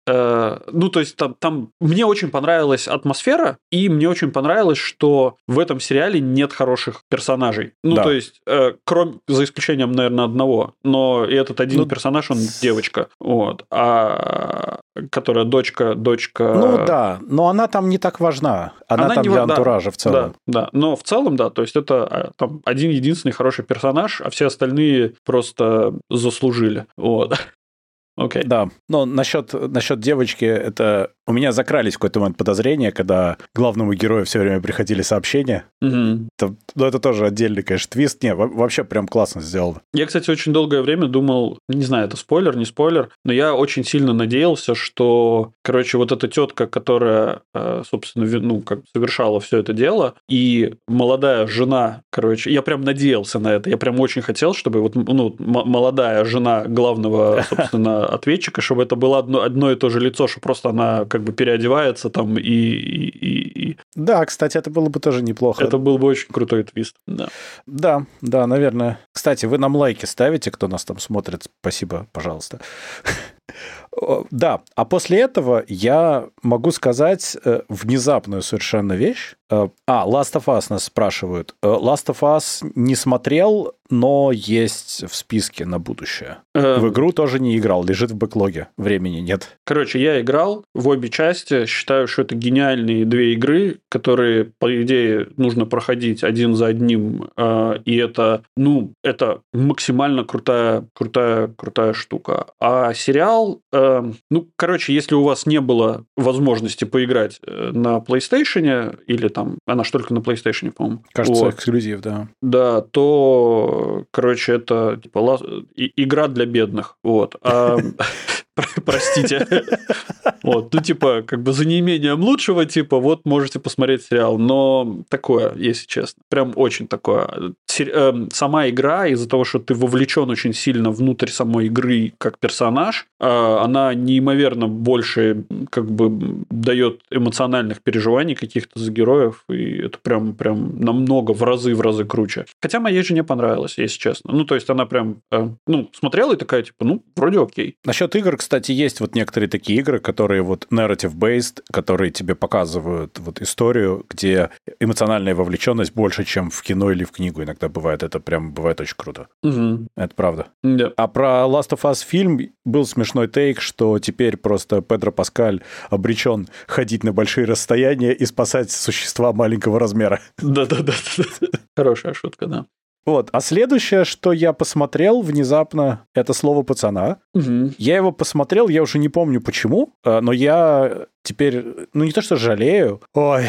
Э, ну, то есть там, там мне очень понравилась атмосфера, и мне очень понравилось, что в этом сериале нет хороших персонажей. Ну, Да. то есть, э, кроме, за исключением, наверное, одного. Но и этот один Ну, персонаж, он девочка. Вот. А которая дочка, дочка... Ну да, но она там не так важна. Она, Она там не для ва- да, антуража в целом. Да, да. Но в целом, да, то есть это а, там один единственный хороший персонаж, а все остальные просто заслужили. Вот. Окей. Да, но насчет, насчет девочки, это у меня закрались в какой-то момент подозрения, когда главному герою все время приходили сообщения. Мгм. Это, ну, это тоже отдельный, конечно, твист. Не, во- вообще прям классно сделано. Я, кстати, очень долгое время думал, не знаю, это спойлер, не спойлер, но я очень сильно надеялся, что, короче, вот эта тетка, которая, э, собственно, ви- ну, как совершала все это дело, и молодая жена, короче, я прям надеялся на это, я прям очень хотел, чтобы вот, ну, м- молодая жена главного, собственно, ответчика, чтобы это было одно, одно и то же лицо, что просто она как бы переодевается там и... и, и- и Да, кстати, это было бы тоже неплохо. Это был бы очень крутой твист, да. Да, да, наверное. Кстати, вы нам лайки ставите, кто нас там смотрит. Спасибо, пожалуйста. Да, а после этого я могу сказать э, внезапную совершенно вещь. Э, а, Last of Us нас спрашивают. Э, Last of Us не смотрел, но есть в списке на будущее. Эм, В игру тоже не играл, лежит в бэклоге. Времени нет. Короче, я играл в обе части, считаю, что это гениальные две игры, которые, по идее, нужно проходить один за одним, э, и это, ну, это максимально крутая, крутая, крутая штука. А сериал, э, ну, короче, если у вас не было возможности поиграть э, на PlayStation, или там, она ж только на PlayStation, по-моему. Кажется, Вот. эксклюзив, да. Да, то, короче, это типа ла- и- игра для бедных. Вот. А, простите. Вот, ну, типа, как бы за неимением лучшего, типа, вот можете посмотреть сериал. Но такое, если честно. Прям очень такое. Сер- эм, Сама игра, из-за того, что ты вовлечен очень сильно внутрь самой игры как персонаж, э, она неимоверно больше как бы дает эмоциональных переживаний каких-то за героев, и это прям, прям намного, в разы, в разы круче. Хотя моей жене понравилось, если честно. Ну, то есть она прям, э, ну, смотрела и такая, типа, ну, вроде окей. Насчет игр, кстати, есть вот некоторые такие игры, которые вот narrative-based, которые тебе показывают вот историю, где эмоциональная вовлеченность больше, чем в кино или в книгу иногда бывает. Это прям бывает очень круто. Угу. Это правда. Да. А про Last of Us фильм был смешной тейк, что теперь просто Педро Паскаль обречен ходить на большие расстояния и спасать существа маленького размера. Да-да-да. Хорошая шутка, да. Вот. А следующее, что я посмотрел внезапно, это «Слово пацана». Угу. Я его посмотрел, я уже не помню почему, э, но я теперь, ну не то что жалею, ой,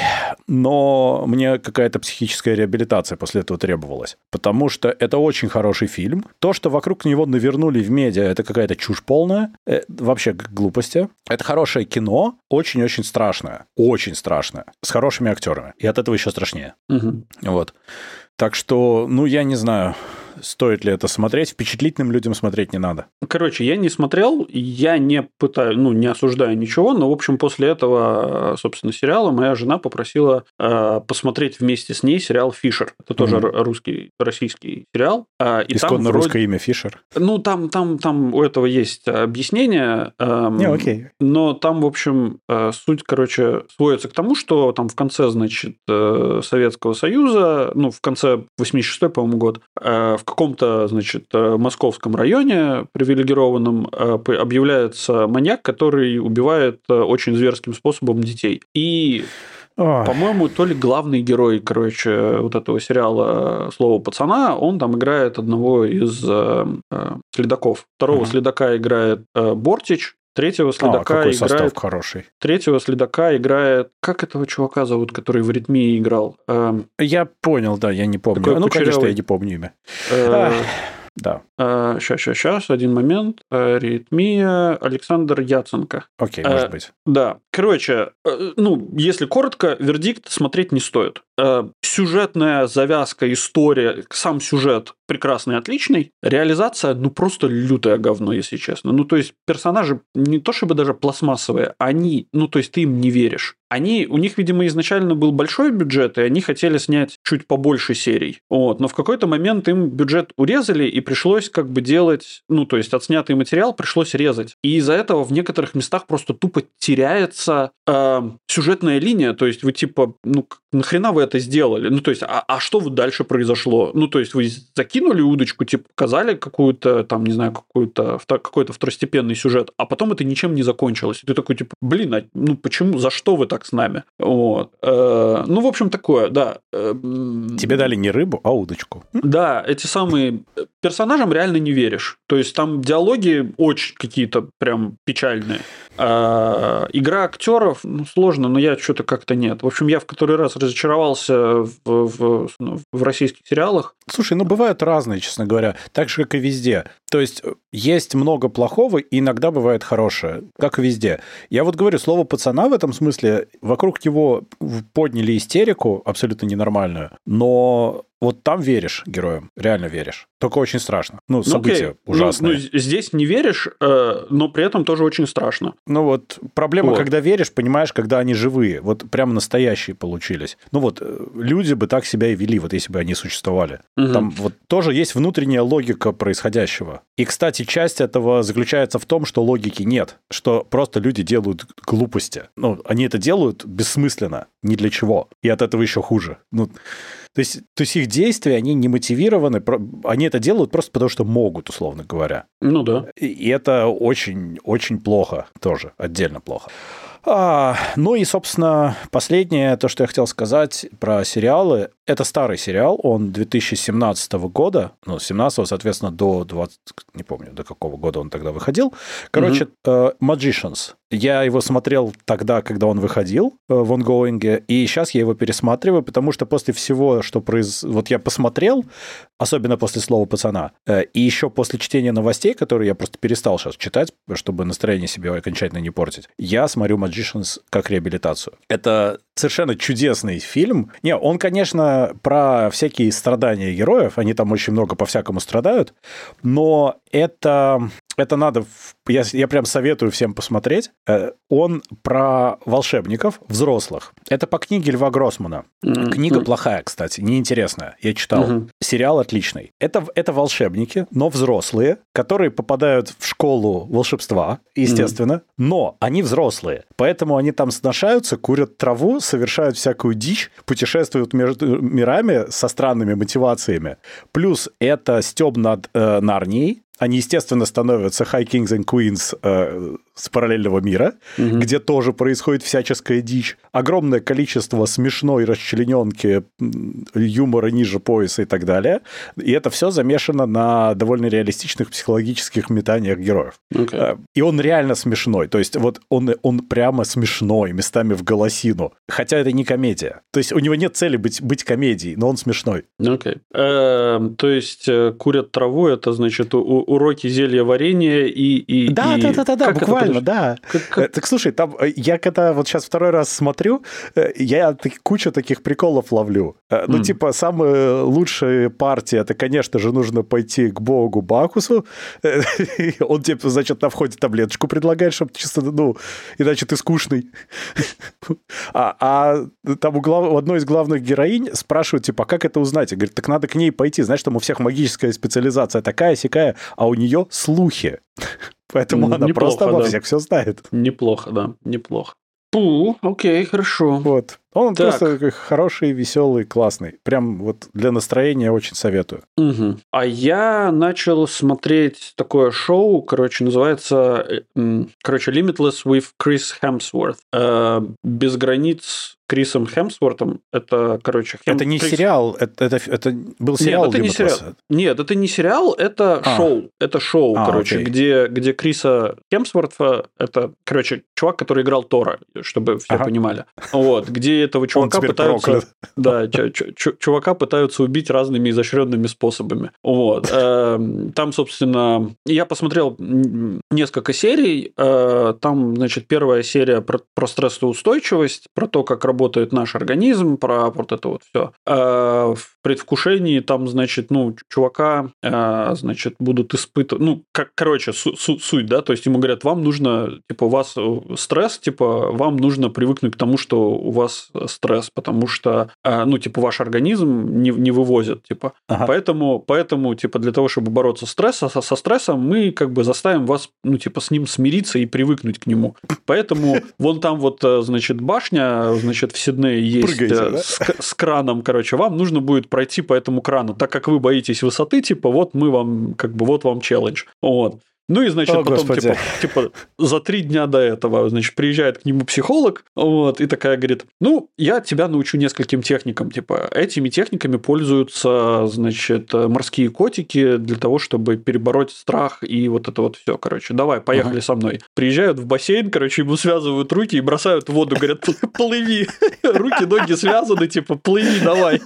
но мне какая-то психическая реабилитация после этого требовалась. Потому что это очень хороший фильм. То, что вокруг него навернули в медиа, это какая-то чушь полная. Э, вообще глупости. Это хорошее кино, очень-очень страшное. Очень страшное. С хорошими актерами. И от этого еще страшнее. Угу. Вот. Так что, ну, я не знаю, стоит ли это смотреть. Впечатлительным людям смотреть не надо. Короче, я не смотрел, я не пытаю, ну, не осуждаю ничего, но, в общем, после этого, собственно, сериала моя жена попросила э, посмотреть вместе с ней сериал «Фишер». Это тоже Мгм. р- русский, российский сериал. Э, и там Исконно вроде- русское имя Фишер. Ну, там, там, там у этого есть объяснение. эм, Не, окей. Но там, в общем, э, суть, короче, сводится к тому, что там в конце, значит, э, Советского Союза, ну, в конце восемьдесят шестой, по-моему, год, э, в каком-то, значит, э, московском районе привилегированном э, п- объявляется маньяк, который убивает э, очень зверским способом детей. И Ой. по-моему, то ли главный герой, короче, вот этого сериала «Слово пацана», он там играет одного из э, э, следаков. Второго Мгм. следака играет э, Бортич, третьего А, следака какой состав играет... хороший. Третьего следака играет... Как этого чувака зовут, который в «Аритмии» играл? Эм, Я понял, да, я не помню. Такой ну, конечно, кучерявый. я не помню имя. э, Ах, да, Сейчас, сейчас, сейчас, один момент. «Аритмия», Александр Яценко. окей, Э, может быть. Да. Короче, э, ну, если коротко, вердикт смотреть не стоит. Э, Сюжетная завязка, история, сам сюжет прекрасный, отличный. Реализация, ну, просто лютое говно, если честно. Ну, то есть, персонажи не то чтобы даже пластмассовые, они, ну, то есть, ты им не веришь. Они, у них, видимо, изначально был большой бюджет, и они хотели снять чуть побольше серий. Вот. Но в какой-то момент им бюджет урезали, и пришлось как бы делать, ну, то есть, отснятый материал пришлось резать. И из-за этого в некоторых местах просто тупо теряется э, сюжетная линия. То есть, вы типа, ну, нахрена вы это сделали? Ну, то есть, а, а что вот дальше произошло? Ну, то есть, вы закинули удочку, типа, показали какую-то, там, не знаю, какую-то, какой-то второстепенный сюжет, а потом это ничем не закончилось. И ты такой, типа, блин, а, ну, почему, за что вы так с нами? Вот. Э, ну, в общем, такое, да. Тебе дали не рыбу, а удочку. Да, эти самые... Персонажам реально не веришь. То есть, там диалоги очень какие-то прям печальные. А, игра актеров, ну, сложно, но я что-то как-то нет. В общем, я в который раз разочаровался в, в, в российских сериалах. Слушай, ну бывают разные, честно говоря, так же, как и везде. То есть, есть много плохого, и иногда бывает хорошее, как и везде. Я вот говорю, слово «пацана» в этом смысле, вокруг него подняли истерику абсолютно ненормальную, но вот там веришь героям, реально веришь. Только очень страшно. Ну, события okay. ужасные. Ну, ну, здесь не веришь, но при этом тоже очень страшно. Ну вот, проблема, вот. Когда веришь, понимаешь, когда они живые. Вот прямо настоящие получились. Ну вот, люди бы так себя и вели, вот если бы они существовали. Угу. Там вот тоже есть внутренняя логика происходящего. И, кстати, часть этого заключается в том, что логики нет. Что просто люди делают глупости. Ну, они это делают бессмысленно, ни для чего. И от этого еще хуже. Ну... То есть, то есть их действия, они не мотивированы, они это делают просто потому, что могут, условно говоря. Ну да. И это очень-очень плохо тоже, отдельно плохо. А, ну и, собственно, последнее, то, что я хотел сказать про сериалы, это старый сериал, он две тысячи семнадцатого года, ну, семнадцатого, соответственно, до двадцатого, не помню, до какого года он тогда выходил. Короче, mm-hmm. uh, Magicians. Я его смотрел тогда, когда он выходил uh, в онгоинге, и сейчас я его пересматриваю, потому что после всего, что произ... Вот я посмотрел, особенно после слова «пацана», uh, и еще после чтения новостей, которые я просто перестал сейчас читать, чтобы настроение себе окончательно не портить, я смотрю Magicians как реабилитацию. Это совершенно чудесный фильм. Не, он, конечно, про всякие страдания героев, они там очень много по-всякому страдают, но это, это надо, я, я прям советую всем посмотреть. Он про волшебников взрослых. Это по книге Льва Гроссмана. Mm-hmm. Книга плохая, кстати, неинтересная. Я читал. Mm-hmm. Сериал отличный. Это, это волшебники, но взрослые, которые попадают в школу волшебства, естественно, mm-hmm. но они взрослые. Поэтому они там сношаются, курят траву, совершают всякую дичь, путешествуют между мирами со странными мотивациями. Плюс это стёб над э, Нарнией. Они, естественно, становятся High Kings and Queens э, с параллельного мира, угу. где тоже происходит всяческая дичь. Огромное количество смешной расчлененки, юмора ниже пояса и так далее. И это все замешано на довольно реалистичных психологических метаниях героев. Okay. И он реально смешной. То есть вот он, он прямо смешной, местами в голосину. Хотя это не комедия. То есть у него нет цели быть, быть комедией, но он смешной. Okay. Э, то есть курят траву, это значит у уроки зелья варенья и... и да, и... да, да, да, да, буквально, да. Как, как... Так слушай, там я когда вот сейчас второй раз смотрю, я кучу таких приколов ловлю. Ну, mm. типа, самая лучшая партия, это, конечно же, нужно пойти к богу Бакусу. Он тебе, значит, на входе таблеточку предлагает, чтобы чисто, ну, иначе ты скучный. А, а там у, глав... у одной из главных героинь спрашивают, типа, как это узнать? Я говорю, так надо к ней пойти. Знаешь, там у всех магическая специализация такая-сякая, а у нее слухи. Поэтому она неплохо, просто обо да. всех все знает. Неплохо, да, неплохо. Пу, окей, хорошо. Вот. Он так. просто хороший, веселый, классный. Прям вот для настроения очень советую. Угу. А я начал смотреть такое шоу, короче, называется, короче, Limitless with Chris Hemsworth. Без границ Крисом Хемсвортом. Это, короче... Хем... Это не Крис... сериал, это, это, это был сериал. Нет, это не сериал. Нет, это не сериал, это а. шоу. Это шоу, а, короче, где, где Криса Хемсворта, это, короче, чувак, который играл Тора, чтобы все ага. понимали. Вот, где этого чувака пытаются... Да, чувака пытаются убить разными изощренными способами. Вот. Там, собственно, я посмотрел несколько серий. Там, значит, первая серия про стрессоустойчивость, про то, как работает наш организм, про вот это вот все. В предвкушении там, значит, ну, чувака, значит, будут испытывать, ну, как, короче, су- су- суть, да, то есть ему говорят, вам нужно, типа, у вас стресс, типа, вам нужно привыкнуть к тому, что у вас стресс, потому что, ну, типа, ваш организм не, не вывозит, типа. Ага. Поэтому, поэтому, типа, для того, чтобы бороться стресса, со, со стрессом, мы, как бы, заставим вас, ну, типа, с ним смириться и привыкнуть к нему. Поэтому вон там вот, значит, башня, значит, в Сиднее есть. Прыгайте, да? с, с краном, короче, вам нужно будет пройти по этому крану. Так как вы боитесь высоты, типа, вот мы вам, как бы, вот вам челлендж. Вот. Ну и, значит, О, потом, типа, типа, за три дня до этого, значит, приезжает к нему психолог, вот, и такая говорит, ну, я тебя научу нескольким техникам, типа, этими техниками пользуются, значит, морские котики для того, чтобы перебороть страх и вот это вот все, короче, давай, поехали ага. со мной. Приезжают в бассейн, короче, ему связывают руки и бросают в воду, говорят, плыви, руки, ноги связаны, типа, плыви, давай.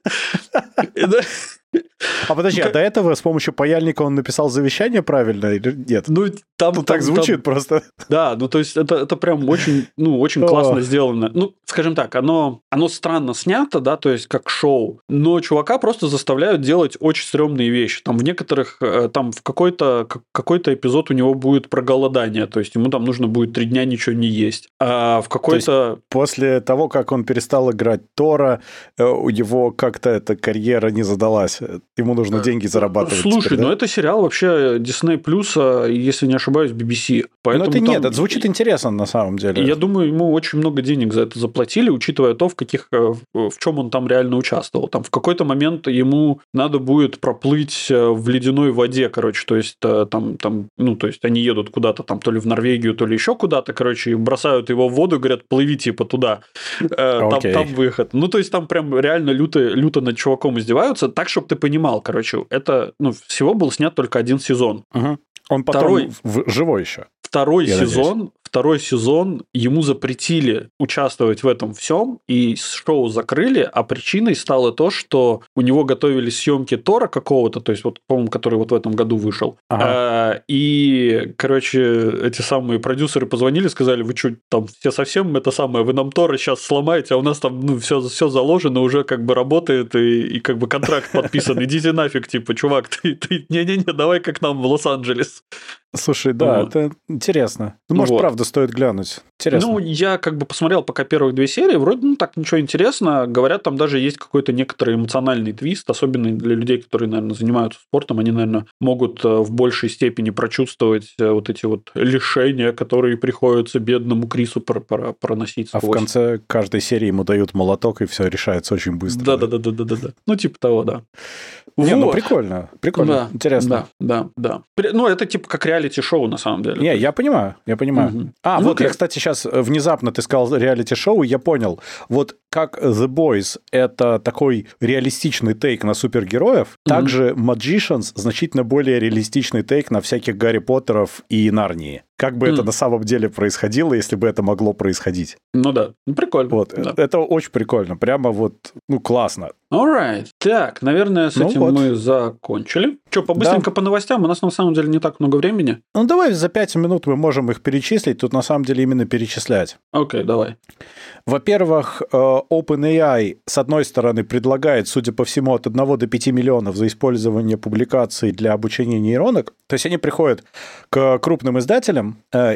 А подожди, ну, а до этого с помощью паяльника он написал завещание правильно или нет? Ну, там, ну там так звучит там, просто. Да, ну то есть это, это прям очень, ну, очень классно сделано. Ну, скажем так, оно, оно странно снято, да, то есть как шоу, но чувака просто заставляют делать очень стрёмные вещи. Там в некоторых, там в какой-то, какой-то эпизод у него будет про голодание, то есть ему там нужно будет три дня ничего не есть. А в какой-то... То есть после того, как он перестал играть Тора, у него как-то эта карьера не задалась. Ему нужно деньги зарабатывать. Слушай, теперь, да? ну это сериал вообще Disney+, если не ошибаюсь, би би си. Поэтому ну это там... нет, это звучит интересно на самом деле. Я думаю, ему очень много денег за это заплатили, учитывая то, в каких, в чем он там реально участвовал. Там в какой-то момент ему надо будет проплыть в ледяной воде, короче, то есть там, там, ну, то есть они едут куда-то там, то ли в Норвегию, то ли еще куда-то, короче, и бросают его в воду и говорят, плыви типа туда. Там, okay. там выход. Ну, то есть там прям реально люто, люто над чуваком издеваются, так, чтобы ты понимал, короче, это, ну, всего был снят только один сезон. Угу. Он потом Второй... в... живой еще. Второй Я сезон, надеюсь. второй сезон ему запретили участвовать в этом всем, и шоу закрыли, а причиной стало то, что у него готовились съемки Тора какого-то, то есть вот, по-моему, который вот в этом году вышел. Ага. И, короче, эти самые продюсеры позвонили, сказали, вы что, там все совсем это самое, вы нам Тора сейчас сломаете, а у нас там ну, все, все заложено, уже как бы работает, и, и как бы контракт подписан, идите нафиг, типа, чувак, ты, ты, не-не-не, давай как нам в Лос-Анджелес. Слушай, да, вот. Это интересно. Ну, может, вот. Правда, стоит глянуть. Интересно. Ну, я как бы посмотрел пока первых две серии, вроде, ну, так ничего интересного. Говорят, там даже есть какой-то некоторый эмоциональный твист, особенно для людей, которые, наверное, занимаются спортом, они, наверное, могут в большей степени прочувствовать вот эти вот лишения, которые приходится бедному Крису проносить сквозь. А в конце каждой серии ему дают молоток, и все решается очень быстро. Да-да-да-да-да-да. Ну, типа того, да. Не, вот. ну, прикольно, прикольно, да, интересно. Да, да, да. Ну, это типа как реалити-шоу, на самом деле. Не, я понимаю, я понимаю. Угу. А, ну, вот, как... я, кстати, сейчас внезапно ты сказал реалити-шоу, я понял. Вот как The Boys – это такой реалистичный тейк на супергероев, угу. также Magicians – значительно более реалистичный тейк на всяких Гарри Поттеров и Нарнии. Как бы mm. это на самом деле происходило, если бы это могло происходить. Ну да, ну, прикольно. Вот, да. Это очень прикольно, прямо вот, ну, классно. Alright. Так, наверное, с ну этим вот. мы закончили. Что, побыстренько да. по новостям? У нас на самом деле не так много времени. Ну, давай за пять минут мы можем их перечислить. Тут на самом деле именно перечислять. Окей, okay, давай. Во-первых, OpenAI, с одной стороны, предлагает, судя по всему, от одного до пяти миллионов за использование публикаций для обучения нейронок. То есть они приходят к крупным издателям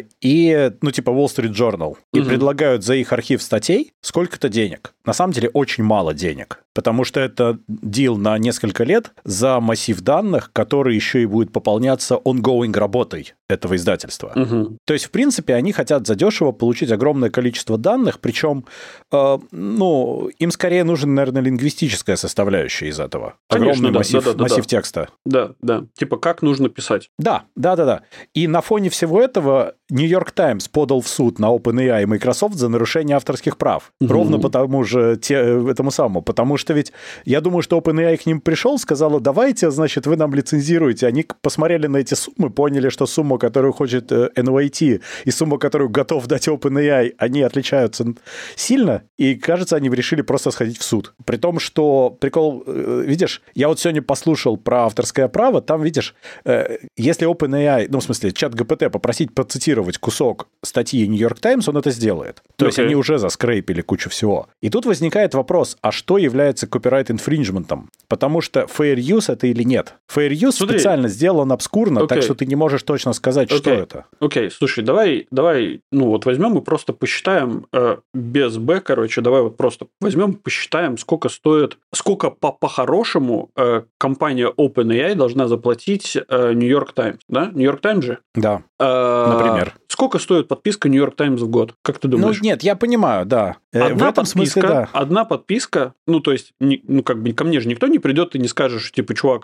и, ну, типа Wall Street Journal, и угу. предлагают за их архив статей сколько-то денег. На самом деле очень мало денег, потому что это дил на несколько лет за массив данных, который еще и будет пополняться ongoing работой этого издательства. Угу. То есть, в принципе, они хотят задешево получить огромное количество данных, причем, э, ну, им скорее нужен, наверное, лингвистическая составляющая из этого. Конечно, огромный да, массив, да, да, массив да. текста. Да, да. Типа, как нужно писать. Да, да, да, да. И на фоне всего этого New York Times подал в суд на OpenAI и Microsoft за нарушение авторских прав. Угу. Ровно потому же, те, этому самому. Потому что ведь, я думаю, что OpenAI к ним пришел, сказала, давайте, значит, вы нам лицензируете. Они посмотрели на эти суммы, поняли, что сумма, которую хочет эн вай ти, и сумма, которую готов дать OpenAI, они отличаются сильно, и, кажется, они решили просто сходить в суд. При том, что, прикол, видишь, я вот сегодня послушал про авторское право, там, видишь, если OpenAI, ну, в смысле, чат джи пи ти попросить процитировать скопировать кусок статьи New York Times, он это сделает. То okay. есть они уже заскрейпили кучу всего. И тут возникает вопрос, а что является копирайт-инфринджментом? Потому что fair use это или нет? Fair use Смотри. специально сделан обскурно, okay. так что ты не можешь точно сказать, okay. что это. Окей, okay. Слушай, давай, давай, ну вот возьмем и просто посчитаем э, без Б, короче, давай вот просто возьмем, посчитаем, сколько стоит, сколько по- по-хорошему э, компания OpenAI должна заплатить э, New York Times, да? New York Times же? Да, э, например. Сколько стоит подписка New York Times в год? Как ты думаешь? Ну, нет, я понимаю, да. Одна в этом подписка, смысле, да. Одна подписка, ну, то есть, не, ну, как бы ко мне же никто не придет и не скажешь, типа, чувак,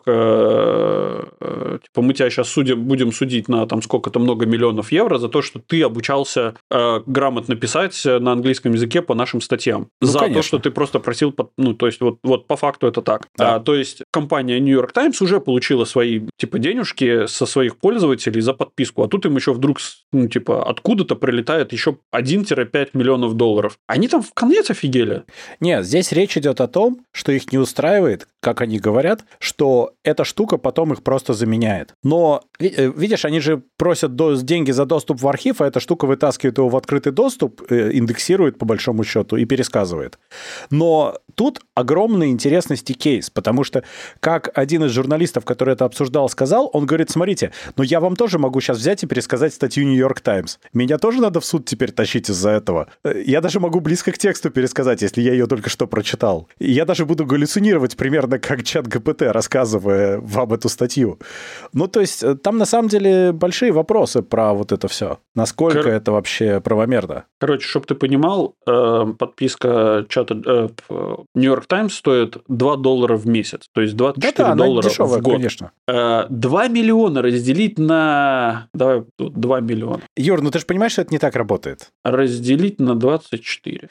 э, э, типа, мы тебя сейчас судим, будем судить на там сколько-то много миллионов евро за то, что ты обучался э, грамотно писать на английском языке по нашим статьям. Ну, за конечно. То, что ты просто просил, ну, то есть, вот, вот по факту это так. Да. А, то есть, компания New York Times уже получила свои, типа, денежки со своих пользователей за подписку, а тут им еще вдруг, ну, типа, откуда-то прилетает еще один-пять миллионов долларов. Они там в конец офигели. Нет, здесь речь идет о том, что их не устраивает, как они говорят, что эта штука потом их просто заменяет. Но, видишь, они же просят деньги за доступ в архив, а эта штука вытаскивает его в открытый доступ, индексирует по большому счету и пересказывает. Но тут огромный интересности кейс, потому что, как один из журналистов, который это обсуждал, сказал, он говорит, смотрите, но я вам тоже могу сейчас взять и пересказать статью New York Times. Меня тоже надо в суд теперь тащить из-за этого. Я даже могу близко к тексту пересказать, если я ее только что прочитал. И я даже буду галлюцинировать примерно как чат джи пи ти, рассказывая вам эту статью. Ну, то есть, там на самом деле большие вопросы про вот это все. Насколько Кор... это вообще правомерно. Короче, чтобы ты понимал, подписка чата New York Times стоит два доллара в месяц. То есть двадцать четыре Да-да, доллара дешевая, в год. Конечно. два миллиона разделить на... Давай, два миллиона. Юр, ну ты же понимаешь, что это не так работает. Разделить на двадцать четыре.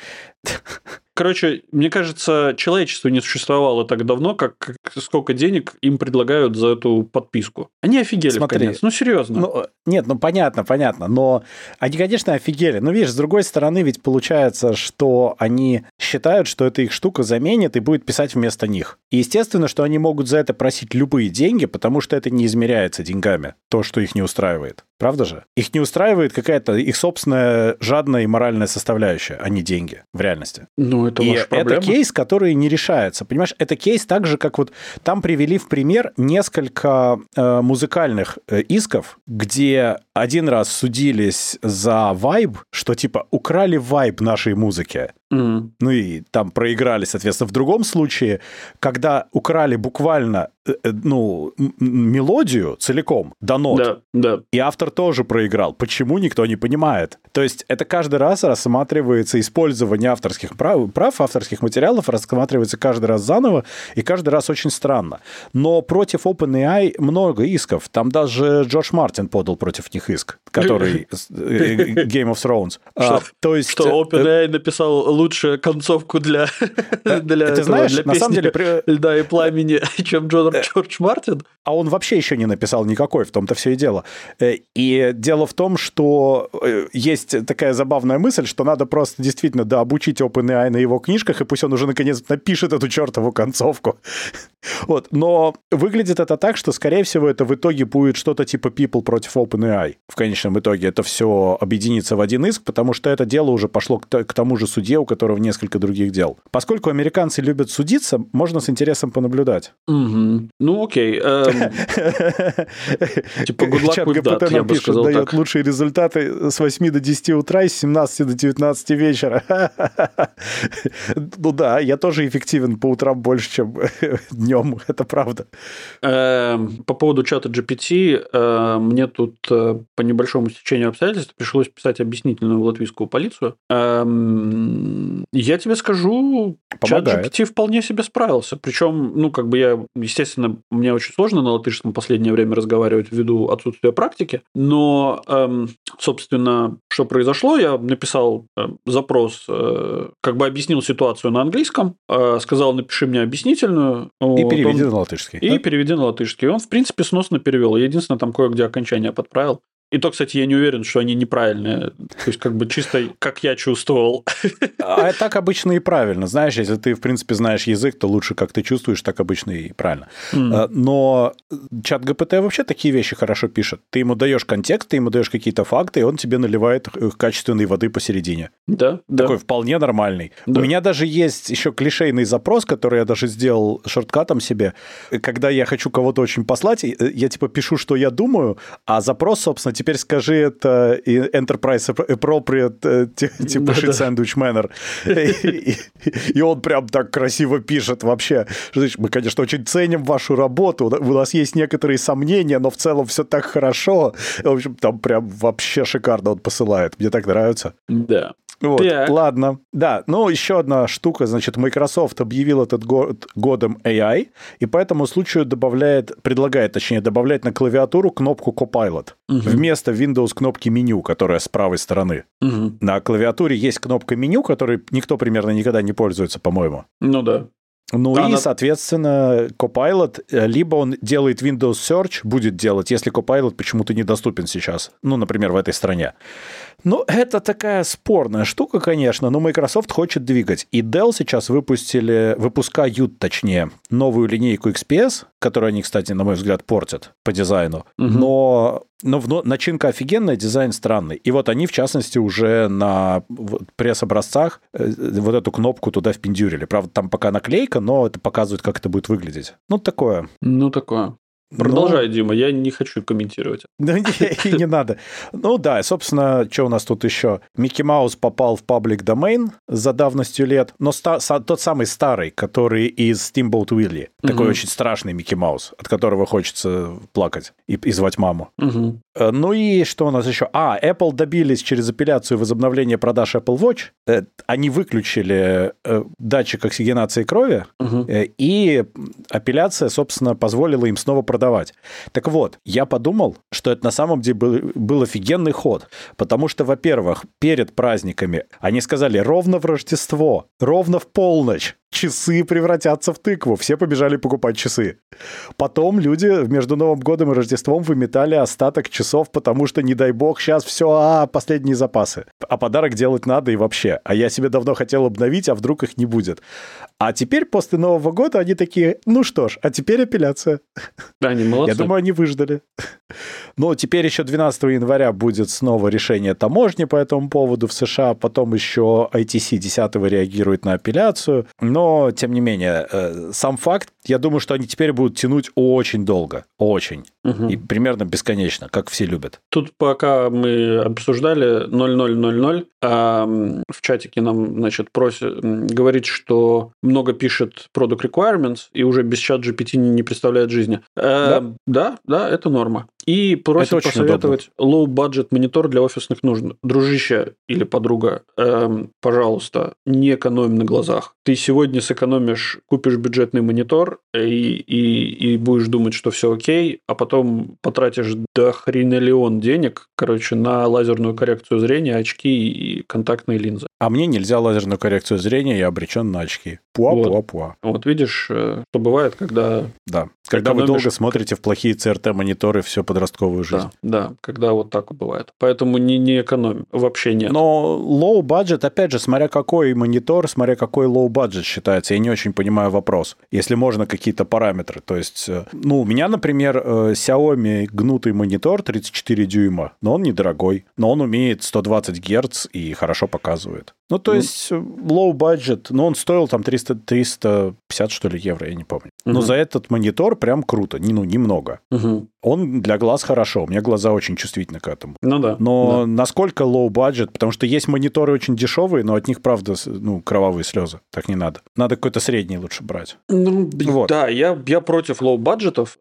Короче, мне кажется, человечество не существовало так давно, как, как сколько денег им предлагают за эту подписку. Они офигели Смотри, в конец. Ну, серьезно. Ну, нет, ну, понятно, понятно. Но они, конечно, офигели. Но, видишь, с другой стороны, ведь получается, что они считают, что эта их штука заменит и будет писать вместо них. И, естественно, что они могут за это просить любые деньги, потому что это не измеряется деньгами. То, что их не устраивает. Правда же? Их не устраивает какая-то их собственная жадная и моральная составляющая, а не деньги в реальности. Ну, это и ваша проблема. это кейс, который не решается. Понимаешь, это кейс так же, как вот там привели в пример несколько э, музыкальных э, исков, где один раз судились за вайб, что типа украли вайб нашей музыки. Mm. Ну и там проиграли, соответственно. В другом случае, когда украли буквально э, э, ну, м- мелодию целиком до нот, да, да. и автор тоже проиграл. Почему, никто не понимает. То есть это каждый раз рассматривается использование авторских прав, прав авторских материалов, рассматривается каждый раз заново, и каждый раз очень странно. Но против OpenAI много исков. Там даже Джордж Мартин подал против них иск, который Game of Thrones. Что, а, то есть, что OpenAI написал лучшую концовку для, для, ты знаешь, для на песни самом деле, при... «Льда и пламени», чем Джордж, Джордж Мартин. А он вообще еще не написал никакой, в том-то все и дело. И дело в том, что есть такая забавная мысль, что надо просто действительно дообучить OpenAI на его книжках, и пусть он уже наконец напишет эту чертову концовку. Вот. Но выглядит это так, что, скорее всего, это в итоге будет что-то типа People против OpenAI. В конечном итоге это все объединится в один иск, потому что это дело уже пошло к, к тому же судье, у которого несколько других дел. Поскольку американцы любят судиться, можно с интересом понаблюдать. Угу. Ну, окей. Типа good luck with that, я бы сказал так. Дает лучшие результаты с восьми до десяти утра и с семнадцати до девятнадцати вечера. Ну да, я тоже эффективен по утрам больше, чем днем, это правда. По поводу чата джи пи ти, мне тут по небольшому стечению обстоятельств пришлось писать объяснительную в латвийскую полицию. Я тебе скажу, чат джи пи ти вполне себе справился. Причем, ну, как бы я, естественно, мне очень сложно на латышском в последнее время разговаривать ввиду отсутствия практики, но, собственно, что произошло, я написал запрос, как бы объяснил ситуацию на английском, сказал, напиши мне объяснительную. И вот переведи он, на латышский. И да? переведи на латышский. Он, в принципе, сносно перевел. Единственное, там кое-где окончание подправил. И то, кстати, я не уверен, что они неправильные. То есть, как бы чисто как я чувствовал. А так обычно и правильно. Знаешь, если ты, в принципе, знаешь язык, то лучше, как ты чувствуешь, так обычно и правильно. Mm. Но чат джи пи ти вообще такие вещи хорошо пишет. Ты ему даешь контекст, ты ему даешь какие-то факты, и он тебе наливает качественной воды посередине. Да, Такой да. вполне нормальный. Да. У меня даже есть еще клишейный запрос, который я даже сделал шорткатом себе. Когда я хочу кого-то очень послать, я типа пишу, что я думаю, а запрос, собственно, теперь скажи это enterprise appropriate, типа shit sandwich manner. И он прям так красиво пишет вообще. Мы, конечно, очень ценим вашу работу, у нас есть некоторые сомнения, но в целом все так хорошо. В общем, там прям вообще шикарно он посылает. Мне так нравится. Да. Вот, так. Ладно. Да, ну, еще одна штука, значит, Microsoft объявил этот год годом эй ай, и по этому случаю добавляет, предлагает, точнее, добавлять на клавиатуру кнопку Copilot угу. вместо Windows кнопки меню, которая с правой стороны. Угу. На клавиатуре есть кнопка меню, которой никто примерно никогда не пользуется, по-моему. Ну да. Ну да, и, она... соответственно, Copilot, либо он делает Windows Search, будет делать, если Copilot почему-то недоступен сейчас, ну, например, в этой стране. Ну, это такая спорная штука, конечно, но Microsoft хочет двигать. И Dell сейчас выпустили, выпускают, точнее, новую линейку икс пи эс, которую они, кстати, на мой взгляд, портят по дизайну. Угу. Но, но, но начинка офигенная, дизайн странный. И вот они, в частности, уже на пресс-образцах вот эту кнопку туда впендюрили. Правда, там пока наклейка, но это показывает, как это будет выглядеть. Ну, такое. Ну, такое. Продолжай, но... Дима, я не хочу комментировать. Да не, не надо. Ну да, собственно, что у нас тут еще? Микки Маус попал в паблик домен за давностью лет, но ста- тот самый старый, который из Steamboat Willie. Угу. Такой очень страшный Микки Маус, от которого хочется плакать и, и звать маму. Угу. Ну и что у нас еще? А, Apple добились через апелляцию возобновления продаж Apple Watch. Они выключили датчик оксигенации крови, угу. и апелляция, собственно, позволила им снова продавать. продавать. Так вот, я подумал, что это на самом деле был, был офигенный ход, потому что, во-первых, перед праздниками они сказали ровно в Рождество, ровно в полночь часы превратятся в тыкву, все побежали покупать часы. Потом люди между Новым годом и Рождеством выметали остаток часов, потому что, не дай бог, сейчас все, а, последние запасы. А подарок делать надо и вообще. А я себе давно хотел обновить, а вдруг их не будет. А теперь, после Нового года, они такие, ну что ж, а теперь апелляция. Да, они молодцы. Я думаю, они выждали. Но теперь еще двенадцатого января будет снова решение таможни по этому поводу в США, потом еще ай ти си десятого реагирует на апелляцию. Но, тем не менее, сам факт, я думаю, что они теперь будут тянуть очень долго. Очень. Угу. И примерно бесконечно, как все любят. Тут пока мы обсуждали ноль ноль ноль ноль, а в чатике нам, значит, просят, говорит, что много пишет product requirements и уже без чат джи пи ти не представляет жизни. Да, а, да, да, это норма. И просят посоветовать low-budget монитор для офисных нужд. Дружище или подруга, эм, пожалуйста, не экономь на глазах. Ты сегодня сэкономишь, купишь бюджетный монитор и, и, и будешь думать, что все окей, а потом потратишь до хренелион денег, короче, на лазерную коррекцию зрения, очки и контактные линзы. А мне нельзя лазерную коррекцию зрения, я обречен на очки. Пуа-пуа-пуа. Вот. вот видишь, что бывает, когда... Да, когда экономишь... вы долго смотрите в плохие си эр ти-мониторы всю подростковую жизнь. Да, да, когда вот так бывает. Поэтому не, не экономь, вообще нет. Но low budget, опять же, смотря какой монитор, смотря какой low budget считается, я не очень понимаю вопрос. Если можно какие-то параметры. То есть, ну, у меня, например, Xiaomi гнутый монитор тридцать четыре дюйма, но он недорогой, но он умеет сто двадцать герц и хорошо показывает. Ну, то mm. есть, low budget, но он стоил там триста, триста пятьдесят, что ли, евро, я не помню. Mm-hmm. Но за этот монитор прям круто, ну, немного. Mm-hmm. Он для глаз хорошо, у меня глаза очень чувствительны к этому. Ну да. Но да. насколько low budget, потому что есть мониторы очень дешевые, но от них, правда, ну, кровавые слезы. Так не надо. Надо какой-то средний лучше брать. Ну, вот. Да, я, я против low budget'ов.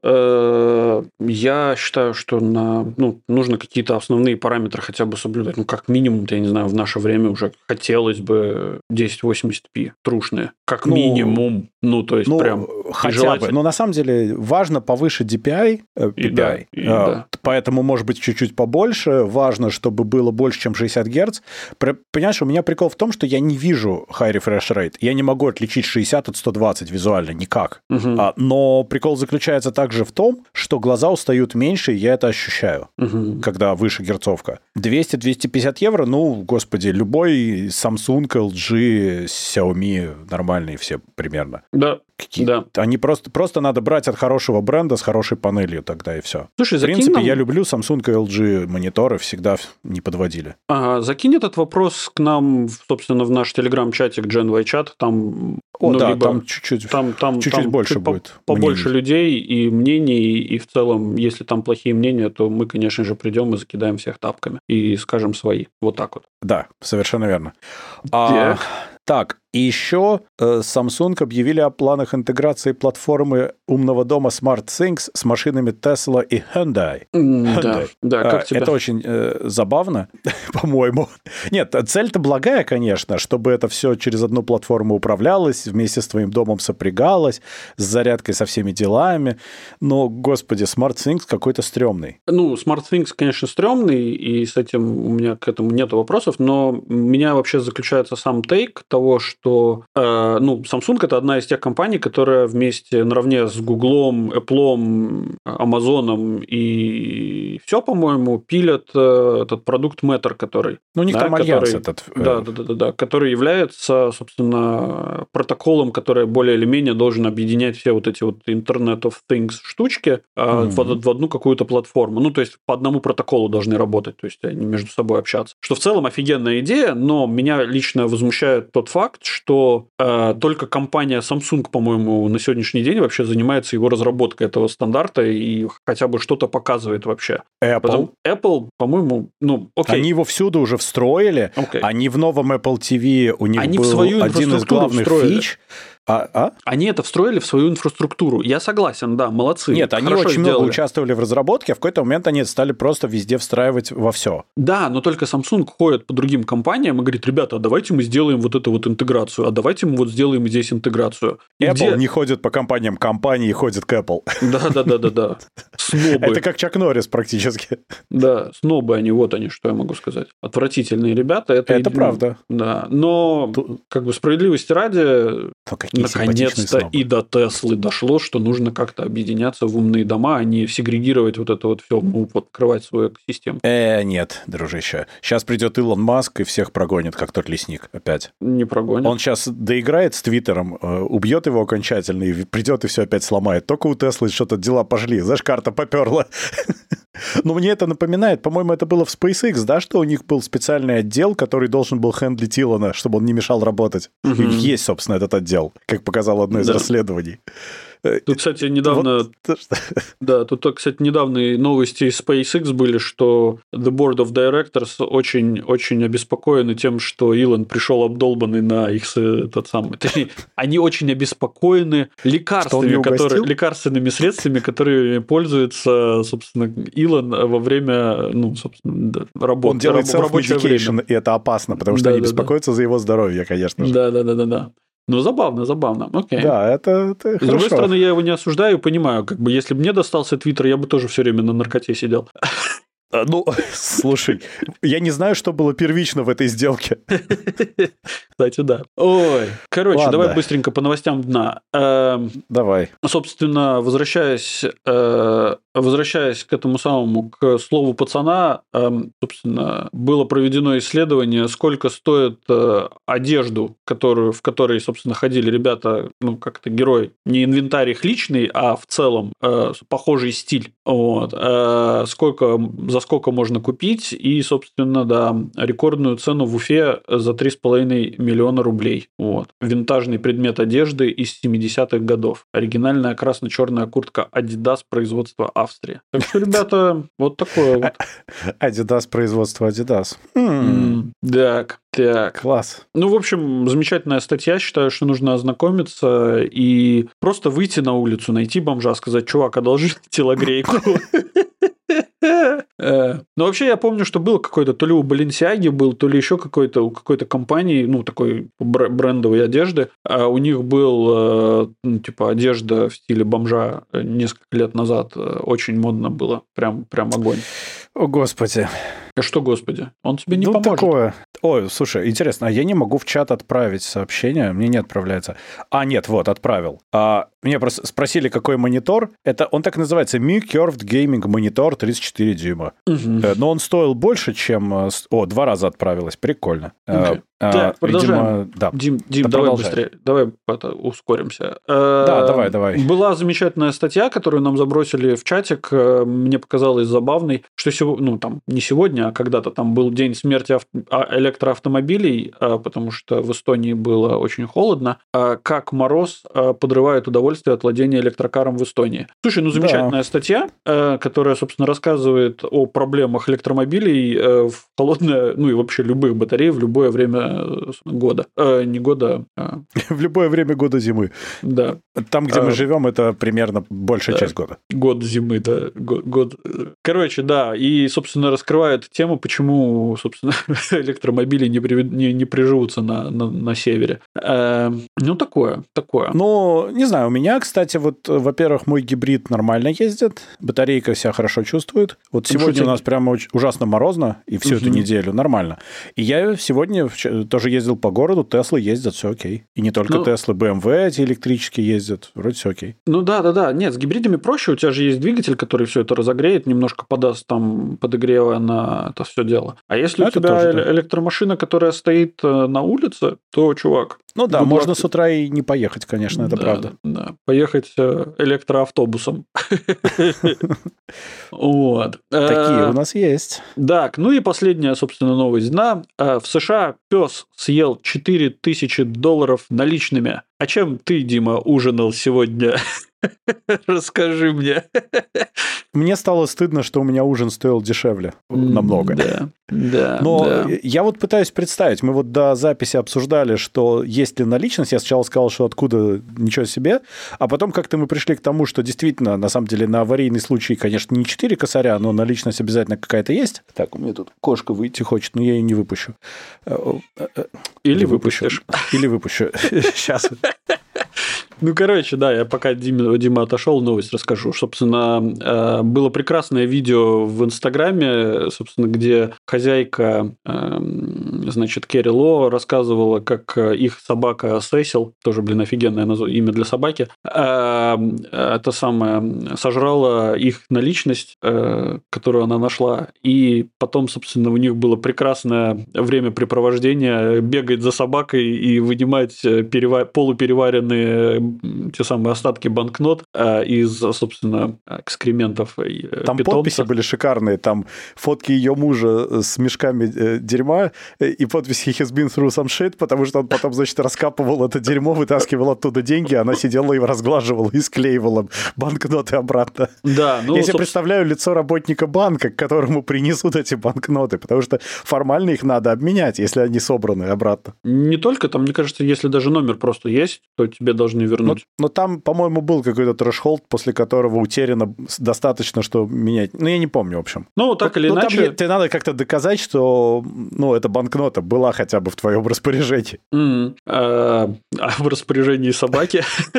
Я считаю, что на, ну, нужно какие-то основные параметры хотя бы соблюдать. Ну, как минимум, я не знаю, в наше время уже хотелось бы десять восемьдесят пи трушные. Как ну, минимум. Ну, то есть, ну, прям... хотя желательно... бы. Но на самом деле важно повыше ди пи ай, э, пи пи ай. И да, и а, да. Поэтому, может быть, чуть-чуть побольше. Важно, чтобы было больше, чем шестьдесят Гц. Понимаешь, у меня прикол в том, что я не вижу high refresh rate. Я не могу отличить шестьдесят от ста двадцати визуально никак. Угу. А, но прикол заключается также в том, что глаза устают меньше, и я это ощущаю, угу. когда выше герцовка. двести - двести пятьдесят евро, ну, господи, любой Samsung, эл джи, Xiaomi нормальные все примерно. Да. Какие? Да. Они просто, просто надо брать от хорошего бренда с хорошей панелью тогда и все. Слушай, в принципе, нам... я люблю Samsung и эл джи мониторы, всегда не подводили. Ага, закинь этот вопрос к нам, собственно, в наш телеграм-чатик GenY-чат, там... О, ну, да, либо... там чуть-чуть, там, там, чуть-чуть там больше чуть будет. Побольше мнений. людей и мнений, и в целом, если там плохие мнения, то мы, конечно же, придем и закидаем всех тапками и скажем свои. Вот так вот. Да, совершенно верно. А, так, и еще э, Samsung объявили о планах интеграции платформы умного дома SmartThings с машинами Tesla и Hyundai. Mm, Hyundai. Да, да, как а, тебе? Это очень э, забавно, по-моему. Нет, цель-то благая, конечно, чтобы это все через одну платформу управлялось, вместе с твоим домом сопрягалось, с зарядкой, со всеми делами. Но, господи, SmartThings какой-то стрёмный. Ну, SmartThings, конечно, стрёмный, и с этим у меня к этому нет вопросов, но у меня вообще заключается сам тейк того, что что э, ну, Samsung – это одна из тех компаний, которая вместе наравне с Гуглом, Apple, Amazon и все, по-моему, пилят э, этот продукт Matter, который… Ну, у них да, там альянс который, этот. Да, да, да, да, да, который является, собственно, протоколом, который более или менее должен объединять все вот эти вот Internet of Things штучки э, mm-hmm. в, в одну какую-то платформу. Ну, то есть, по одному протоколу должны работать, то есть, они между собой общаться. Что в целом офигенная идея, но меня лично возмущает тот факт, что э, только компания Samsung, по-моему, на сегодняшний день вообще занимается его разработкой этого стандарта и хотя бы что-то показывает вообще. Apple? Потом, Apple, по-моему, ну, окей. Они его всюду уже встроили. Okay. Они в новом Apple ти ви, у них Они был в свою один из главных встроили. фич. А, а? Они это встроили в свою инфраструктуру. Я согласен, да, молодцы. Нет, они очень сделали. много участвовали в разработке, а в какой-то момент они стали просто везде встраивать во все. Да, но только Samsung ходит по другим компаниям и говорит: ребята, а давайте мы сделаем вот эту вот интеграцию, а давайте мы вот сделаем здесь интеграцию. Apple Где... не ходит по компаниям, компании ходят к Apple. Да-да-да-да-да. Снобы. Это как Чак Норрис практически. Да, снобы они, вот они, что я могу сказать. Отвратительные ребята. Это, это правда. Да, но Тут... как бы справедливости ради, наконец-то и до Теслы дошло, что нужно как-то объединяться в умные дома, а не сегрегировать вот это вот все, ну, открывать свою экосистему. Э, нет, дружище. Сейчас придет Илон Маск и всех прогонит, как тот лесник опять. Не прогонит. Он сейчас доиграет с Твиттером, убьет его окончательно и придет и все опять сломает. Только у Теслы что-то дела пошли, знаешь, карта поперла. Но мне это напоминает, по-моему, это было в SpaceX, да, что у них был специальный отдел, который должен был хендлить Илона, чтобы он не мешал работать. Mm-hmm. И у них есть, собственно, этот отдел, как показало одно из да. расследований. Тут, кстати, недавно... Вот... Да, тут, кстати, недавние новости из SpaceX были, что The Board of Directors очень-очень обеспокоены тем, что Илон пришел обдолбанный на их тот самый... Точнее, они очень обеспокоены лекарствами, которые... лекарственными средствами, которые пользуется, собственно, Илон во время, ну, собственно, работы. Он делает self-medication, и это опасно, потому что да, они да, беспокоятся да. за его здоровье, конечно же. Да-да-да-да-да. Ну, забавно, забавно. Окей. Да, это, это С хорошо. другой стороны, я его не осуждаю, понимаю, как бы, если бы мне достался Твиттер, я бы тоже все время на наркоте сидел. Ну, слушай, я не знаю, что было первично в этой сделке. Кстати, да. Ой, короче, Ладно. давай быстренько по новостям дна. Давай. Собственно, возвращаясь, возвращаясь к этому самому, к слову пацана, собственно, было проведено исследование, сколько стоит одежду, которую, в которой, собственно, ходили ребята, ну, как-то герой, не инвентарь их личный, а в целом похожий стиль. Вот. Сколько, за сколько можно купить, и, собственно, да, рекордную цену в Уфе за три с половиной миллиона рублей. Вот. Винтажный предмет одежды из семидесятых годов. Оригинальная красно-черная куртка Adidas производства Австрия. Так что, ребята, вот такое вот. Adidas производства Adidas. Так, так. Класс. Ну, в общем, замечательная статья. Считаю, что нужно ознакомиться и просто выйти на улицу, найти бомжа, сказать: чувак, одолжи телогрейку. Ну, вообще, я помню, что был какой-то, то ли у Balenciaga был, то ли еще какой-то, у какой-то компании, ну, такой брендовой одежды. А у них был, ну, типа, одежда в стиле бомжа несколько лет назад. Очень модно было. Прям, прям огонь. О, Господи. А что, Господи? Он тебе не ну, поможет. Такое. Ой, слушай, интересно, а я не могу в чат отправить сообщение? Мне не отправляется. А, нет, вот, отправил. А, меня просто спросили, какой монитор. Это, он так называется, Mi Curved Gaming Monitor тридцать четыре дюйма. Угу. Но он стоил больше, чем... О, два раза отправилось. Прикольно. Okay. А, так, продолжаем. Видимо, да. Дим, Дим давай быстрее. Давай это, ускоримся. Да, давай, давай. Была замечательная статья, которую нам забросили в чатик. Мне показалось забавной, что сегодня, ну, там, не сегодня, а когда-то там был день смерти авто... электроавтомобилей, потому что в Эстонии было очень холодно. Как мороз подрывает удовольствие от владения электрокаром в Эстонии. Слушай, ну, замечательная да. статья, которая, собственно, рассказывает о проблемах электромобилей в холодное, ну, и вообще любых батарей в любое время года. Э, не года, а... В любое время года зимы. Да. Там, где а... мы живем, это примерно большая да. часть года. Год зимы, да. Год, год. Короче, да. И, собственно, раскрывает тему, почему, собственно, электромобили не, при... не, не приживутся на, на, на севере. Э, ну, такое, такое. Ну, не знаю, у меня, кстати, вот, во-первых, мой гибрид нормально ездит, батарейка себя хорошо чувствует. Вот сегодня Шутик. у нас прямо ужасно морозно, и всю угу. эту неделю нормально. И я сегодня тоже ездил по городу, Теслы ездят, все окей. И не только ну, Теслы, бэ эм вэ эти электрические ездят, вроде все окей. Ну да, да, да. Нет, с гибридами проще. У тебя же есть двигатель, который все это разогреет, немножко подаст там подогрева на это все дело. А если а у тебя тоже, да. электромашина, которая стоит на улице, то, чувак. Ну да, можно лак... с утра и не поехать, конечно, это да, правда. Да, поехать электроавтобусом. Вот. Такие у нас есть. Так, ну и последняя, собственно, новость дня. В США пес съел четыре тысячи долларов наличными. А чем ты, Дима, ужинал сегодня? Расскажи мне. Мне стало стыдно, что у меня ужин стоил дешевле намного. Да, да. Но да. я вот пытаюсь представить, мы вот до записи обсуждали, что есть ли наличность. Я сначала сказал, что откуда, ничего себе. А потом как-то мы пришли к тому, что действительно, на самом деле, на аварийный случай, конечно, не четыре косаря, но наличность обязательно какая-то есть. Так, у меня тут кошка выйти хочет, но я ее не выпущу. Или выпустишь. Или выпущу. Сейчас. Ну, короче, да, я пока Дима, Дима отошел, новость расскажу. Собственно, было прекрасное видео в Инстаграме, собственно, где хозяйка, значит, Керри Ло рассказывала, как их собака Сесил, тоже, блин, офигенное имя для собаки, это самое, сожрала их наличность, которую она нашла, и потом, собственно, у них было прекрасное времяпрепровождение, бегать за собакой и вынимать перева- полупереваренные те самые остатки банкнот из, собственно, экскрементов там питомца. Подписи были шикарные, там фотки ее мужа с мешками дерьма и подписи «He has been through some shit», потому что он потом, значит, раскапывал это дерьмо, вытаскивал оттуда деньги, она сидела и разглаживала и склеивала банкноты обратно. Да, ну, я себе собственно... представляю лицо работника банка, к которому принесут эти банкноты, потому что формально их надо обменять, если они собраны обратно. Не только, там, мне кажется, если даже номер просто есть, то тебе должны вернуть. Но, но там, по-моему, был какой-то трэш-холд, после которого утеряно достаточно, что менять. Ну, я не помню, в общем. Ну, так но, или но иначе... Там тебе надо как-то доказать, что, ну, эта банкнота была хотя бы в твоем распоряжении. Mm. А, а в распоряжении собаки?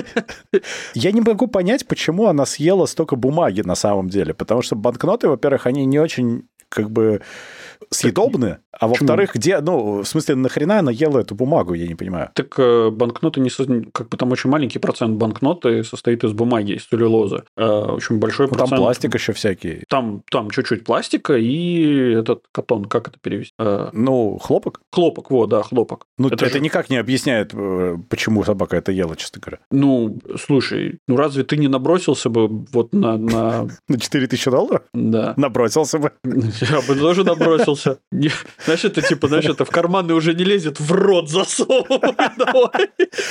Я не могу понять, почему она съела столько бумаги на самом деле. Потому что банкноты, во-первых, они не очень, как бы... съедобны, а во-вторых, где, ну, в смысле, нахрена она ела эту бумагу, я не понимаю. Так э, банкноты не со... как бы там очень маленький процент банкноты состоит из бумаги, из целлюлозы. Э, очень большой процент. Там пластик еще всякий. Там, там чуть-чуть пластика и этот катон, как это перевести? Э... Ну, хлопок? Хлопок, вот, да, хлопок. Ну, это, это же... никак не объясняет, почему собака это ела, честно говоря. Ну, слушай, ну разве ты не набросился бы вот на... На, на четыре тысячи долларов? Да. Набросился бы. Я бы тоже набросился. Знаешь, это типа, знаешь, это в карманы уже не лезет, в рот засовывай давай.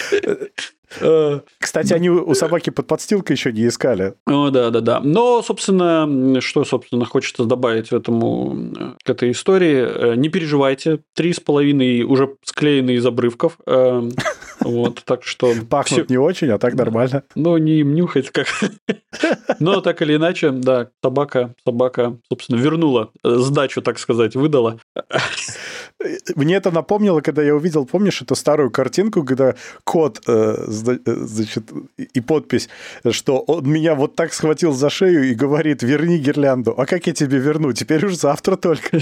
Кстати, они у собаки под подстилкой еще не искали. О, да, да, да. Но, собственно, что, собственно, хочется добавить в этому, к этой истории. Не переживайте, три с половиной уже склеены из обрывков. Вот, так что... Пахнут не очень, а так нормально. Ну, не им нюхать как... Но так или иначе, да, собака, собака, собственно, вернула сдачу, так сказать, выдала. Мне это напомнило, когда я увидел, помнишь, эту старую картинку, когда кот, значит, и подпись, что он меня вот так схватил за шею и говорит: верни гирлянду. А как я тебе верну? Теперь уж завтра только.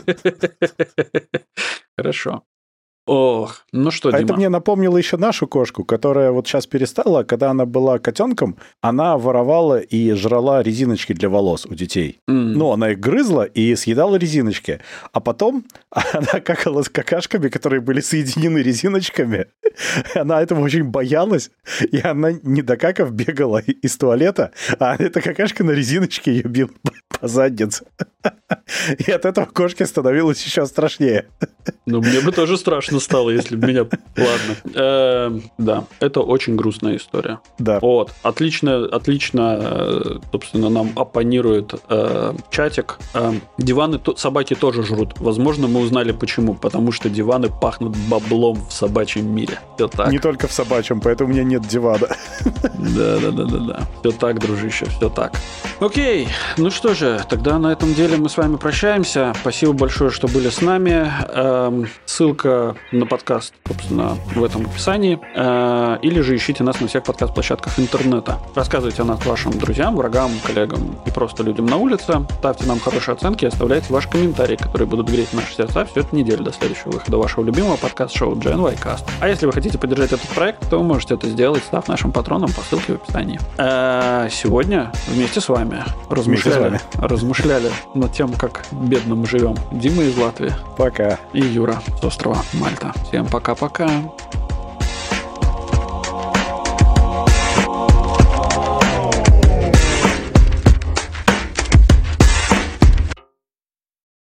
Хорошо. Ох, ну что, а Дима? Это мне напомнило еще нашу кошку, которая вот сейчас перестала. Когда она была котенком, она воровала и жрала резиночки для волос у детей. Mm. Ну, она их грызла и съедала резиночки. А потом она какала с какашками, которые были соединены резиночками. Она этого очень боялась, и она, не докакав, бегала из туалета, а эта какашка на резиночке ее била по заднице. И от этого кошке становилось еще страшнее. Ну, мне бы тоже страшно стало, если бы меня... Ладно. Э, да, это очень грустная история. Да. Вот. Отлично, отлично, собственно, нам оппонирует э, чатик. Э, диваны то, собаки тоже жрут. Возможно, мы узнали почему. Потому что диваны пахнут баблом в собачьем мире. Все так. Не только в собачьем, поэтому у меня нет дивана. Да-да-да-да-да. Все так, дружище, все так. Окей, ну что же, тогда на этом деле мы с вами прощаемся. Спасибо большое, что были с нами. Эм, ссылка на подкаст, собственно, в этом описании. Э, или же ищите нас на всех подкаст-площадках интернета. Рассказывайте о нас вашим друзьям, врагам, коллегам и просто людям на улице. Ставьте нам хорошие оценки и оставляйте ваши комментарии, которые будут греть наши сердца всю эту неделю до следующего выхода вашего любимого подкаст-шоу джи эн вай Cast. А если вы хотите поддержать этот проект, то вы можете это сделать, став нашим патроном по ссылке в описании. Э, сегодня вместе с вами размышляли, размышляли над тем, как бедно мы живем. Дима из Латвии. Пока. И Юра с острова Мальта. Всем пока-пока.